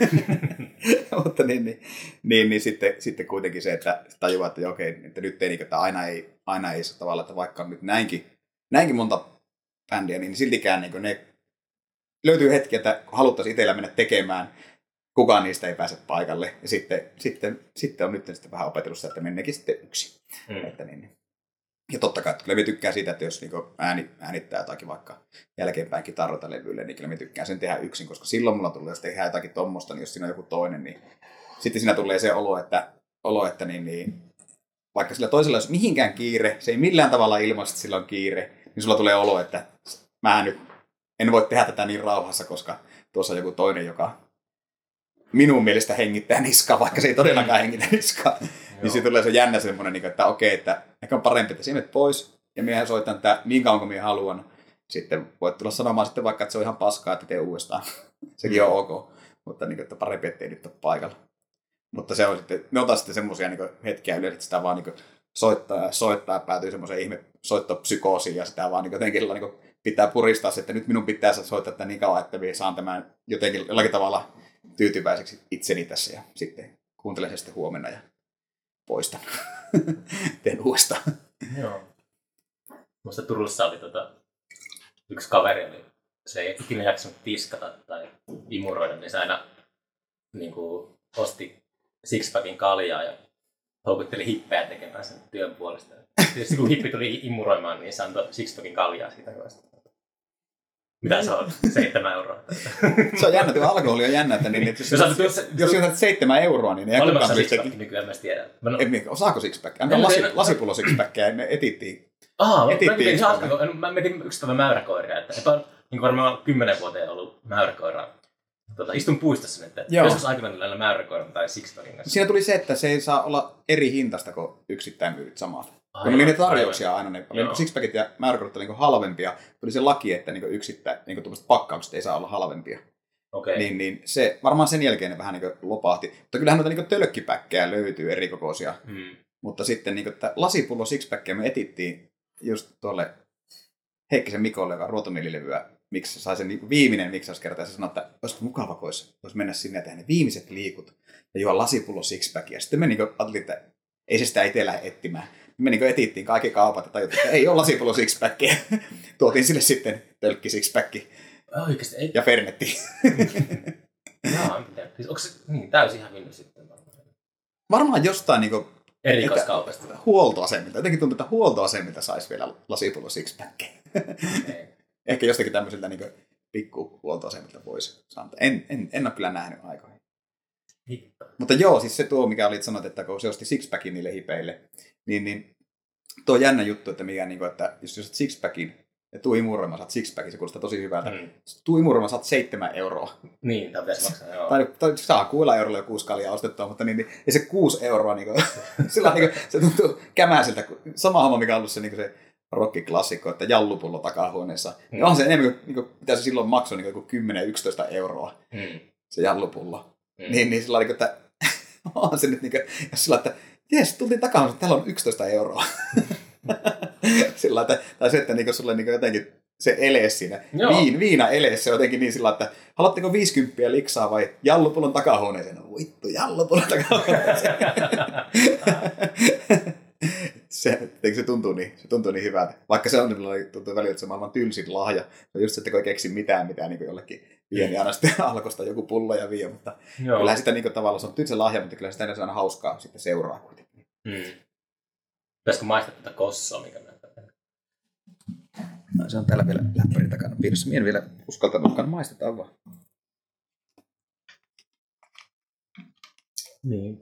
Mutta niin sitten kuitenkin se, että tajuaa, että okei, että nyt ei, että aina ei se tavalla, että vaikka on nyt näinkin monta bändiä, niin siltikään niin ne löytyy hetki, että haluttaisiin itsellä mennä tekemään, kukaan niistä ei pääse paikalle. Ja sitten on nyt sitten vähän opetellut sitä, että menneekin sitten yksin. Että niin. Ja totta kai, kyllä minä tykkään siitä, että jos niinku äänittää jotakin vaikka jälkeenpäin kitarrota levylle, niin kyllä minä tykkään sen tehdä yksin, koska silloin mulla tulee, jos tehdään jotakin tommosta, niin jos siinä on joku toinen, niin sitten siinä tulee se olo, että niin, vaikka sillä toisella olisi mihinkään kiire, se ei millään tavalla ilmaista, että sillä on kiire, niin sulla tulee olo, että mä nyt en voi tehdä tätä niin rauhassa, koska tuossa on joku toinen, joka minun mielestä hengittää niskaa, vaikka se ei todellakaan hengitä niskaa. Niin siitä tulee se jännä semmoinen, että okei, että ehkä on parempi, että sinä pois, ja minä soitan tätä niin kauan kuin minä haluan. Sitten voit tulla sanomaan sitten vaikka, että se on ihan paskaa, että tee uudestaan. Sekin on ok, mutta niin, että parempi, ettei nyt ole paikalla. Mutta se on sitten, ne otan sitten semmoisia niin hetkiä yleensä, että sitä vaan niin soittaa ja päätyy semmoiseen ihme soittopsykoosiin, ja sitä vaan niin jotenkin niin pitää puristaa se, että nyt minun pitää soittaa tätä niin kauan, että minä saan tämän jotenkin jollakin tavalla tyytyväiseksi itseni tässä, ja sitten kuuntelen sen sitten huomenna ja poistan. Teen uudestaan. Joo. Musta Turussa oli yksi kaveri, se ei ikinä jaksanut tiskata tai imuroida, niin se aina niin kuin, osti sixpackin kaljaa ja houkutteli hippejä tekemään sen työn puolesta. Tietysti kun hippi tuli imuroimaan, niin se antoi sixpackin kaljaa siitä hyvästä. Mitä se on? 7 euroa. Se on jännä, että alkoholi on jännä, että niin, jos sinä 7 euroa, niin ei kukaan pysty. Nykyään mä tiedän. Osaako sixpackia? Aina lasipullo sixpackia, me etittiin. Mä mietin yksi päivä mäyräkoiria, että niin varmaan 10 vuoteen ollut mäyräkoira. Istun puistossa nyt, että joskus aikana näillä mäyräkoiran tai sixpackin kanssa. Siinä tuli se, että se ei saa olla eri hintasta kuin yksittäin myydyt samat. Kun oli ne tarjouksia aina, ne sixpackit ja mäyräkoirat oli halvempia, tuli se laki, että yksittäin tuollaiset pakkaukset ei saa olla halvempia. Okay. Niin se varmaan sen jälkeen ne vähän lopahti. Mutta kyllähän noita tölkkipäkkejä löytyy erikokoisia. Mutta sitten että lasipullo sixpackia me etittiin just tuolle Heikkisen Mikolle, joka on ruotomielilevyä, miksi sai sen viimeinen miksauskerta, ja se sanoi, että olisiko mukava, kun olisi mennä sinne ja tehdä ne viimeiset liikut ja juo lasipullo sixpackia. Sitten me ajattelin, että ei se sitä itse lähde etsimään. Me etittiin kaikki kaupat ja tajuttiin, että ei ole lasipullo sixpackia. Tuotiin sille sitten tölkki sixpacki. Oikeasti ei. Ja fernetti. Onko se täysin ihan vinnyt sitten? Varmaan jostain erikoiskaupasta. Huoltoasemilta. Jotenkin tuntuu, että huoltoasemilta saisi vielä lasipullo sixpackia. Ehkä jostakin tämmöisiltä pikku huoltoasemilta voisi saada. En ole kyllä nähnyt aikoihin. Mutta joo, siis se tuo, mikä olit sanonut, että kun se osti sixpackin niille hipeille, niin tuo on jännä juttu, että että jos olet sixpackin ja tuu imuroimaan, saat sixpackin, se kuulostaa tosi hyvältä. Tuu imuroimaan, saat 7 euroa. Niin, tämä pitäisi maksaa, joo. Tai saa 6 eurolla jo 6 kaljaa ostettua, mutta ja se 6 euroa, sillä se tuntuu kämäiseltä. Sama homma, mikä on ollut se rock-klassikko, että jallupullo takahuoneessa. Niin on se enemmän kuin pitäisi silloin maksaa joku 10-11 euroa. se jallupullo. Niin sillä oli, että on se nyt niin kuin, jos sillä että jes, tultiin takaisin, että täällä on 11 euroa. Sillä että, tai se, että niin sulle niin jotenkin se elees siinä, viina elees se jotenkin niin sillä, että haluatteko 50 liksaa vai jallupullon takahuoneeseen? No vittu, jallupullon takahuoneeseen. se tuntuu niin hyvältä. Vaikka se tuntuu välillä, että se on maailman tylsin lahja. Se on just se, että kun ei keksi mitään niin jollekin pieni aina sitten alkosta joku pullo ja vie. Mutta kyllähän sitä niin tavallaan se on tylsä lahja, mutta kyllä sitä edes aina hauskaa sitten seuraa kuitenkin. Pitäisikö maistaa tätä kossoa, mikä näyttää? No, se on täällä vielä läppärin takana piirissä. Mien vielä uskaltanutkaan, maistetaan vaan. Niin.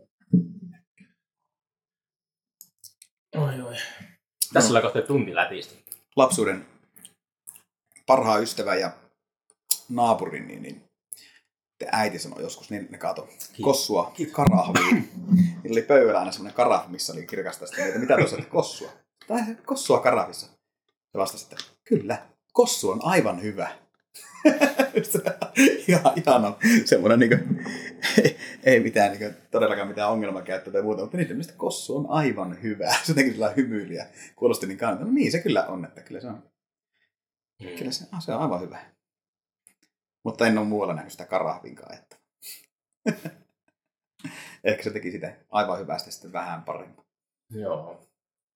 Oi. Tässä ollaan kohta tunti lätistä. Lapsuuden parhaan ystävän ja naapurin, niin äiti sanoi joskus, niin ne kaatoi kossua karahviin. Niillä oli pöydällä aina semmoinen karahvi, missä oli kirkasta sitä, että mitä tuossa, että kossua? Tai kossua karahvissa. Se vastasi, että kyllä, kossu on aivan hyvä. Ihan semmoinen, niin kuin, ei mitään, niin kuin, todellakaan mitään ongelmakäyttöä tai muuta, mutta niitä mielestä kossu on aivan hyvä. Se jotenkin sellainen hymyili ja kuulosti niin kannattaa. No niin, se kyllä on, että kyllä se on aivan hyvä. Mutta en ole muualla nähnyt sitä karahvinkaan. Että. Ehkä se teki sitä aivan hyvästä sitten vähän parempaa. Joo.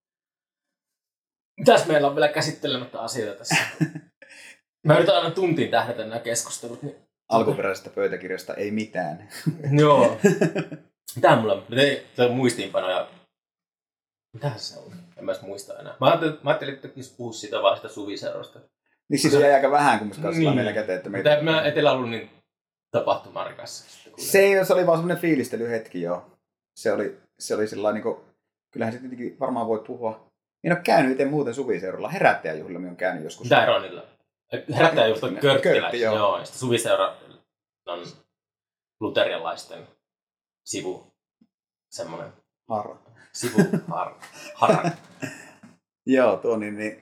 Mitäs meillä on vielä käsittelemättä asioita tässä? Mä yritän aina tuntiin tähdätä nämä keskustelut. Niin... Alkuperäisestä pöytäkirjasta ei mitään. Joo. Mitähän mulla on? Se on muistiinpanoja. Mitähän se on? En mä edes muista enää. Mä ajattelin, että puhua siitä vaan sitä suviseurasta. Niin siis jäi aika vähän, kun me meillä käteen. Että meitä... Mä etelä ollut niin tapahtumarikassa. Se oli vaan semmoinen fiilistelyhetki, joo. Se oli sellainen, niin kuin, kyllähän se tietenkin varmaan voi puhua. En ole käynyt itse muuten suviseuralla. Herättäjäjuhlilla minä olen käynyt joskus. Mitä eroa niillä? Herättäjäjuhlat on körttiläisiä. Joo. Ja sitten suviseura on luterialaisten sivu. Semmoinen. Harra. Sivu. Harra. Joo, tuo niin.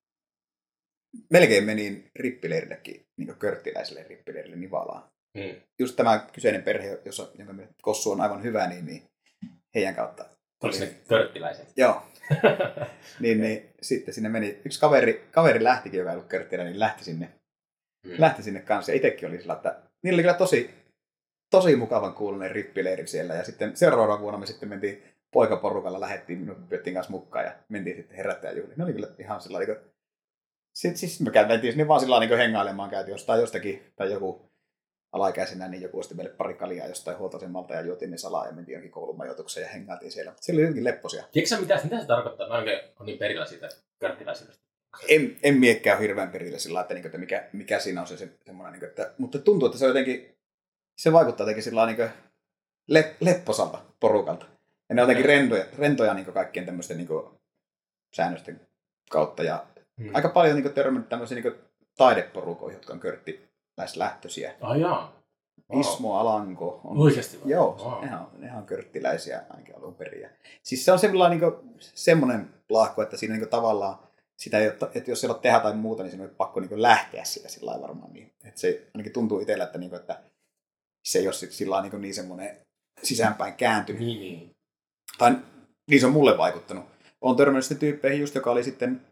Melkein menin rippileirillekin, niin körttiläiselle rippileirille Nivalaan. Just tämä kyseinen perhe, jonka kossu on aivan hyvä, niin heidän kautta. Oliko ne körttiläiset? Joo. niin, sitten sinne meni. Yksi kaveri lähtikin, joka ei ollut körttiläinen, niin lähti sinne kanssa. Ja itsekin oli sillä, että niillä oli kyllä tosi mukavan kuulunen rippileiri siellä. Ja sitten seuraavana vuonna me sitten mentiin poikaporukalla, minut pyöttiin kanssa mukaan ja mentiin sitten herättäjäjuhliin. Ne oli kyllä ihan sillä tavalla. Siis me käytiin sinne vaan sillä tavalla hengailemaan, käytiin jostakin, tai joku alaikäisenä, niin joku osti meille pari kaljaa jostain huoltoasemalta ja juotiin ne salaa ja mentiin jonkin koulumajoitukseen ja hengaatiin siellä. Siellä oli jotenkin lepposia. Tiedätkö mitä se tarkoittaa? Mä olen niin perillä siitä körttiläisyydestä. En miekkään ole hirveän perillä sillä että mikä siinä on se semmoinen, että, mutta tuntuu, että se jotenkin, se vaikuttaa jotenkin sillä niin lepposalta porukalta. Ja ne on jotenkin rentoja niin kaikkien tämmöisten niin säännösten kautta ja aika paljon niin törmännyt tämmöisiä niin taideporukoihin, jotka on körttiläislähtöisiä. Jaa. Ismo Alanko. On, oikeasti vai? Joo, nehän on körttiläisiä ainakin alun perin. Siis se on semmoinen lahko, että siinä niin tavallaan sitä ei ole, että jos ei ole tehdä tai muuta, niin siinä on pakko niin lähteä sitä sillä lailla varmaan. Niin. Että se ainakin tuntuu itsellä, että se ei ole sillä niin semmoinen sisäänpäin kääntynyt. Niin. Tai niin se on mulle vaikuttanut. Olen törmännyt sitten tyyppeihin just, joka oli sitten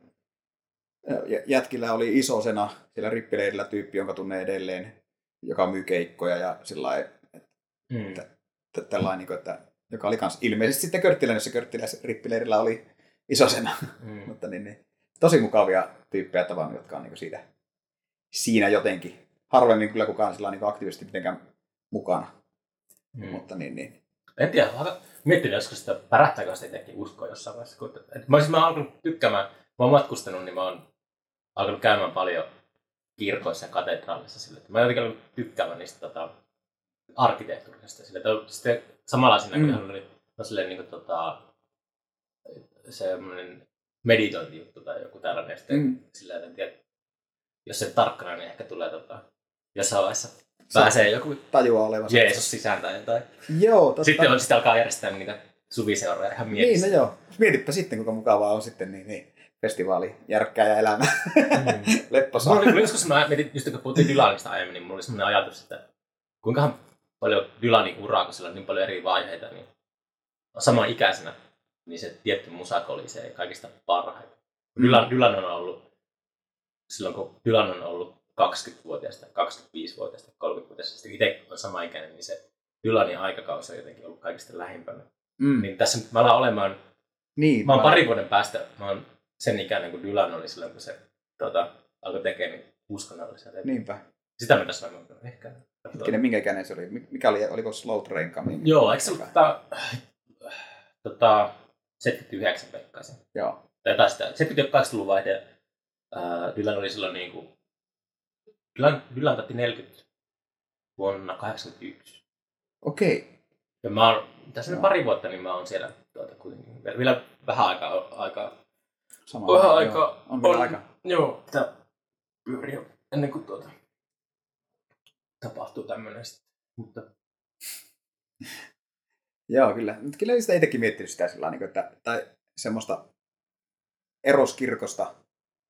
jätkillä oli isosena siellä rippileirillä tyyppi, jonka tunnee edelleen, joka myy keikkoja ja sillä tällainen, että joka oli kans ilmeisesti sitten rippileirillä oli isosena. Mutta niin, tosi mukavia tyyppejä tavannut, jotka on niin siinä jotenkin. Harvemmin kyllä kukaan sillä niin aktiivisesti mitenkään mukana. Mutta niin. En tiedä, miettinyt joskus, että pärähtääkö sitä itsekin uskoa jossain vaiheessa. Mä olisin alkanut tykkäämään, mä oon matkustanut, niin mä oon alkanut käymään paljon kirkoissa ja katedraalissa sille. Mä jotenkin alkanut tykkäämään niistä arkkitehtuurista sille. Sitten samanlaisina kuin on silleen niin kuin semmoinen meditointijuttu tai joku tällainen. Sitten silleen, en tiedä, jos se tarkkana, niin ehkä tulee jossain vaiheessa pääsee joku tajua olevansa Jeesus sisään tai jotain. Joo, totta. Sitten alkaa järjestää niitä suviseuroja ihan mielessä. Niin, no joo. Mietipä sitten, kuinka mukavaa on sitten niin festivaali, järkkää ja elämää. Lepposaa. Mulla oli joskus, mä mietin, just kun puhuttiin Dylanista aiemmin, niin mulla oli sellainen ajatus, että kuinkahan paljon Dylanin uraa, kun sillä on niin paljon eri vaiheita, niin saman ikäisenä, niin se tietty musako oli se kaikista parhaita. Dylan on ollut, silloin kun Dylan on ollut 20-vuotiaasta, 25-vuotiaasta, 30-vuotiaasta, itse on sama ikäinen, niin se Dylanin aikakausi on jotenkin ollut kaikista lähimpänä. Niin tässä nyt mä alan olemaan, mä oon parin vuoden päästä, mä oon sen ikäinen kuin Dylan oli silloin, kun se alkoi tekemään niin uskonnollisia. Niinpä. Sitä mä tässä on ehkä. Hetkinen, minkä ikäinen se oli? Mikä oli, oliko Slow Train Coming? Joo, eikö se ollut 79 veikkaisin? Joo. Tai taas sitä, 78-luvun vaihde, Dylan oli silloin niinku, Dylan tatti 40 vuonna 81. Okei. Ja mä oon, tässä on pari vuotta, niin mä oon siellä kuitenkin, vielä vähän aikaa. Sama Aika. On vielä aika. Joo, tää pyörii ennen kuin tapahtuu tämmönen sitten. Mutta Joo, kyllä. Mutta kyllä sitä itsekin miettinyt sitä sillä tavalla, että tai semmoista eroskirkosta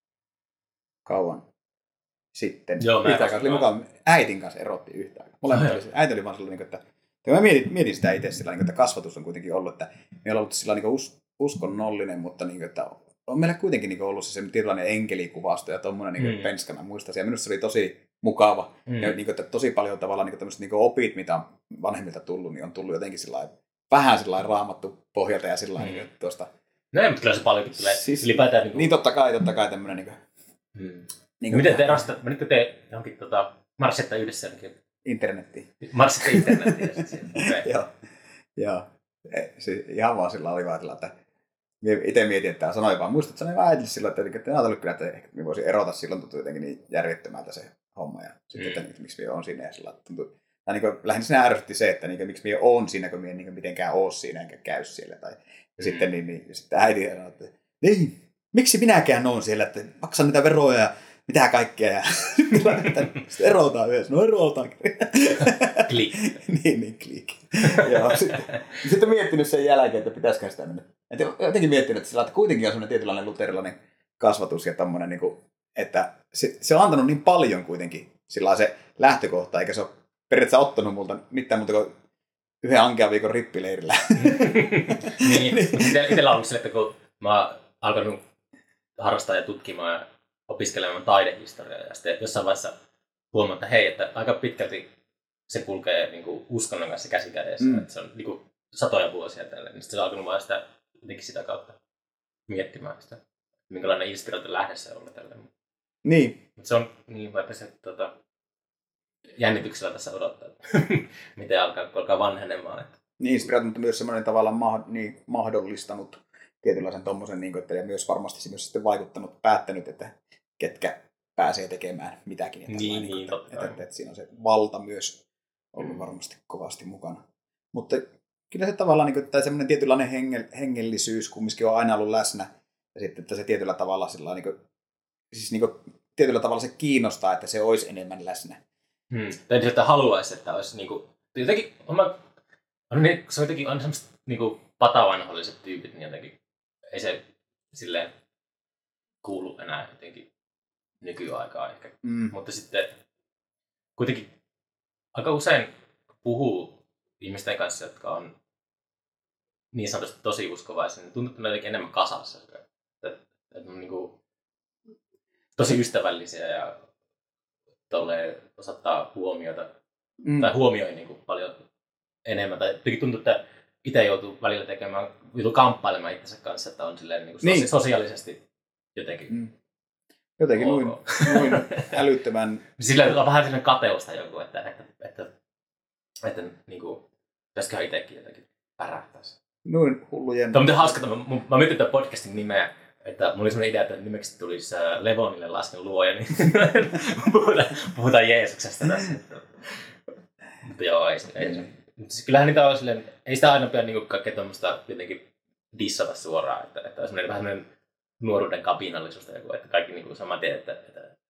kauan sitten. Joo, yhtä aikaa oli mukaan äitin kanssa erotti yhtä aikaa. Molemmat oli, äiti oli vaan sellainen, että mä mietin sitä itse sillä että kasvatus on kuitenkin ollut, että me ollaan ollut sillä uskonnollinen, mutta että on meillä kuitenkin ollut se tietynlainen enkelikuvasto ja tommoinen penska, mä muistan. Ja minusta se oli tosi mukava. Ja että tosi paljon tavallaan tämmöiset opit, mitä on vanhemmilta tullut, niin on tullut jotenkin vähän raamattu pohjalta ja sillä tuosta. No ei, mutta kyllä se paljonkin tulee ylipäätään. Niin totta kai tämmöinen. Miten te erostatte? Menitkö te johonkin marssitte yhdessä jonkin? Internettiin. Marssitte internettiin. Joo. Ihan vaan sillä oli vaan, että itse mietin, että sanoi vaan, muistat sanoin vaan äitille silloin, että en ajatellut kyllä, että ehkä voisin erota silloin, tuntui jotenkin niin järjettömältä se homma. Ja sitten, että miksi minä olen siinä ja sillä tuntui. Lähinnä sinä ärsytti se, että miksi minä olen siinä, kun minä mitenkään ole siinä enkä käy siellä. Ja sitten, sitten äiti sanoi, että niin, miksi minäkään olen siellä, että maksan niitä veroja ja mitä kaikkea. Ja sitten erotaan yhdessä. No erotaan. Klik. niin, klik. Joo, sitten miettinyt sen jälkeen, että pitäisikö sitä mennä. Jotenkin miettinyt, että kuitenkin on sellainen tietynlainen luterilainen kasvatus ja tommoinen, että se on antanut niin paljon kuitenkin sillä se lähtökohta, eikä se ole periaatteessa ottanut multa mitään muuta kuin yhden ankean viikon rippileirillä. Niin. Itsellä on ollut sille, että kun mä oon alkanut harrastaa ja tutkimaan ja opiskelemaan taidehistoriaa ja sitten jossain vaiheessa huomaa, että hei, että aika pitkälti se kulkee niin uskonnon kanssa käsikädessä, että se on niin satoja vuosia tälle, niin sitten se on alkanut vaan sitä kautta miettimään sitä, minkälainen inspiraatio lähde se on tälle. Niin. Mutta se on niin, vaikka se jännityksellä tässä odottaa, miten alkaa vanhenemaan. Niin, inspiraatio, mutta myös semmoinen tavallaan mahdollistanut tietynlaisen tommosen, että ja myös varmasti myös sitten vaikuttanut, päättänyt, että ketkä pääsee tekemään mitäkin. Että siinä on se valta myös ollut varmasti kovasti mukana. Mutta kyllä se tavallaan, tai semmoinen tietynlainen hengellisyys kumminkin on aina ollut läsnä. Ja sitten, että se tietyllä tavalla tietyllä tavalla se kiinnostaa, että se olisi enemmän läsnä. Tai että haluaisi, että olisi jotenkin, se on jotenkin aina semmoiset patavanholliset tyypit, niin jotenkin ei se silleen kuulu enää jotenkin nykyaikaa ehkä. Mutta sitten kuitenkin aika usein puhuu ihmisten kanssa, jotka on niin sanotusti tosi uskovaisia, niin tuntuu, että ne on jotenkin enemmän kasassa. Että on tosi ystävällisiä ja osoittaa huomiota tai huomioi paljon enemmän. Tai tuntuu, että itse joutuu välillä kamppailemaan itsensä kanssa, että on silleen sosiaalisesti jotenkin. Jotenkin noin älyttömän. Sillä on vähän sellainen kateusta joku, että pitäisiköhän itsekin jotenkin pärähtäisi. Noin hullujen. Tämä on miten hauska, mä mietin tämän podcastin nimeä, että mulla oli sellainen idea, että nimeksi tulisi Levonille lasken luoja, niin puhutaan Jeesuksesta tässä. Mutta joo, ei se. Kyllähän niitä on silleen, ei sitä aina pidä kaikkea tuommoista jotenkin dissata suoraan, että on vähän sellainen nuoruuden kapinallisuus tai joku, että kaikki saman tien, että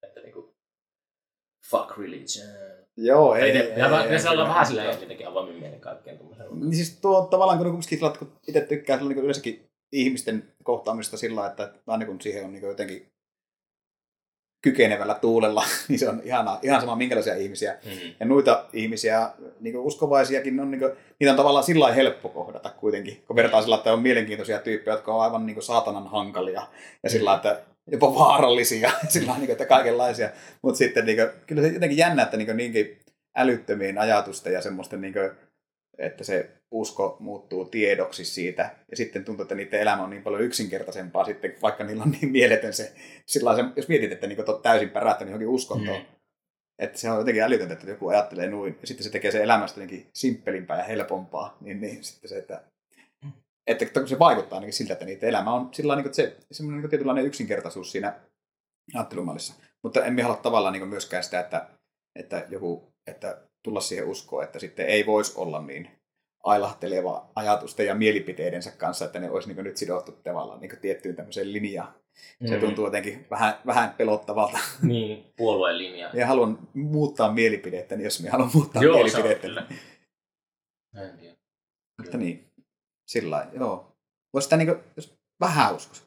fuck religion. Joo, ei. Se ollaan vähän silleen jotenkin avoimin mielen kaikkeen tuommoisen. Niin siis tuo tavallaan, kun itse tykkää yleensäkin ihmisten kohtaamista sillä, että aina kun siihen on jotenkin kykenevällä tuulella, niin se on ihan sama minkälaisia ihmisiä. Ja noita ihmisiä, niin uskovaisiakin, on, niin kuin, niitä on tavallaan sillä lailla helppo kohdata kuitenkin, kun vertaa sillä, että on mielenkiintoisia tyyppejä, jotka on aivan niin saatanan hankalia ja sillä että jopa vaarallisia, sillä niin kuin, että kaikenlaisia. Mutta sitten niin kuin, kyllä se jotenkin jännä, että niinkin älyttömiin ajatusten ja semmoisten, niin kuin, että se usko muuttuu tiedoksi siitä, ja sitten tuntuu, että niiden elämä on niin paljon yksinkertaisempaa sitten, vaikka niillä on niin mieletön se, jos mietit, että niin olet täysin pärähtänyt johonkin uskontoon, että se on jotenkin älytöntä, että joku ajattelee noin, ja sitten se tekee se elämästä jotenkin simppelimpää ja helpompaa, niin sitten se, että se vaikuttaa ainakin siltä, että niiden elämä on sillä tavalla, että se semmoinen niin tietynlainen yksinkertaisuus siinä ajattelumallissa, mutta emme halua tavallaan niin myöskään sitä, että tulla siihen uskoon, että sitten ei voisi olla niin ailahteleva ajatusten ja mielipiteidensä kanssa, että ne olisi niin nyt sidottu tavallaan niin tiettyyn tämmöiseen linjaan. Se tuntuu jotenkin vähän pelottavalta. Niin, puolueen linjaa. Ja haluan muuttaa mielipidettä, niin jos minä haluan muuttaa mielipidettä. En tiedä. Mutta niin, sillä lailla, joo. Voisi sitä niin jos vähän uskoisi.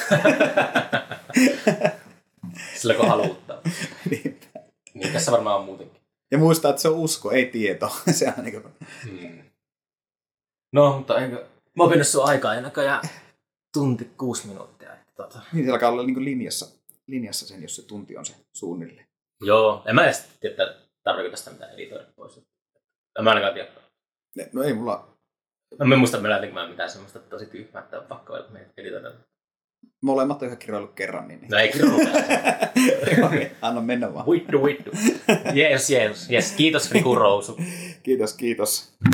Sillä kun haluuttaa. Niinpä. Niin, tässä varmaan on muutenkin. Ja muistaa, että se on usko, ei tieto. Se on niin kuin... No, mutta eikö... Mä oon pitänyt sun aikaa ja näköjään tunti 6 minuuttia. Niin se alkaa olla niin linjassa sen, jos se tunti on se suunnilleen. Joo, en mä edes tiedä, tarvitseeko tästä mitään editoida pois. En mä ainakaan tiedä. No ei mulla... Mä en muista mä mitään semmoista tosi tyhmää, että on pakko editoida. Molemmat on ihan kirjoillut kerran. Niin... No ei kirjoillut. Anna mennä vaan. Vittu. Yes. Kiitos Riku Rousu. Kiitos.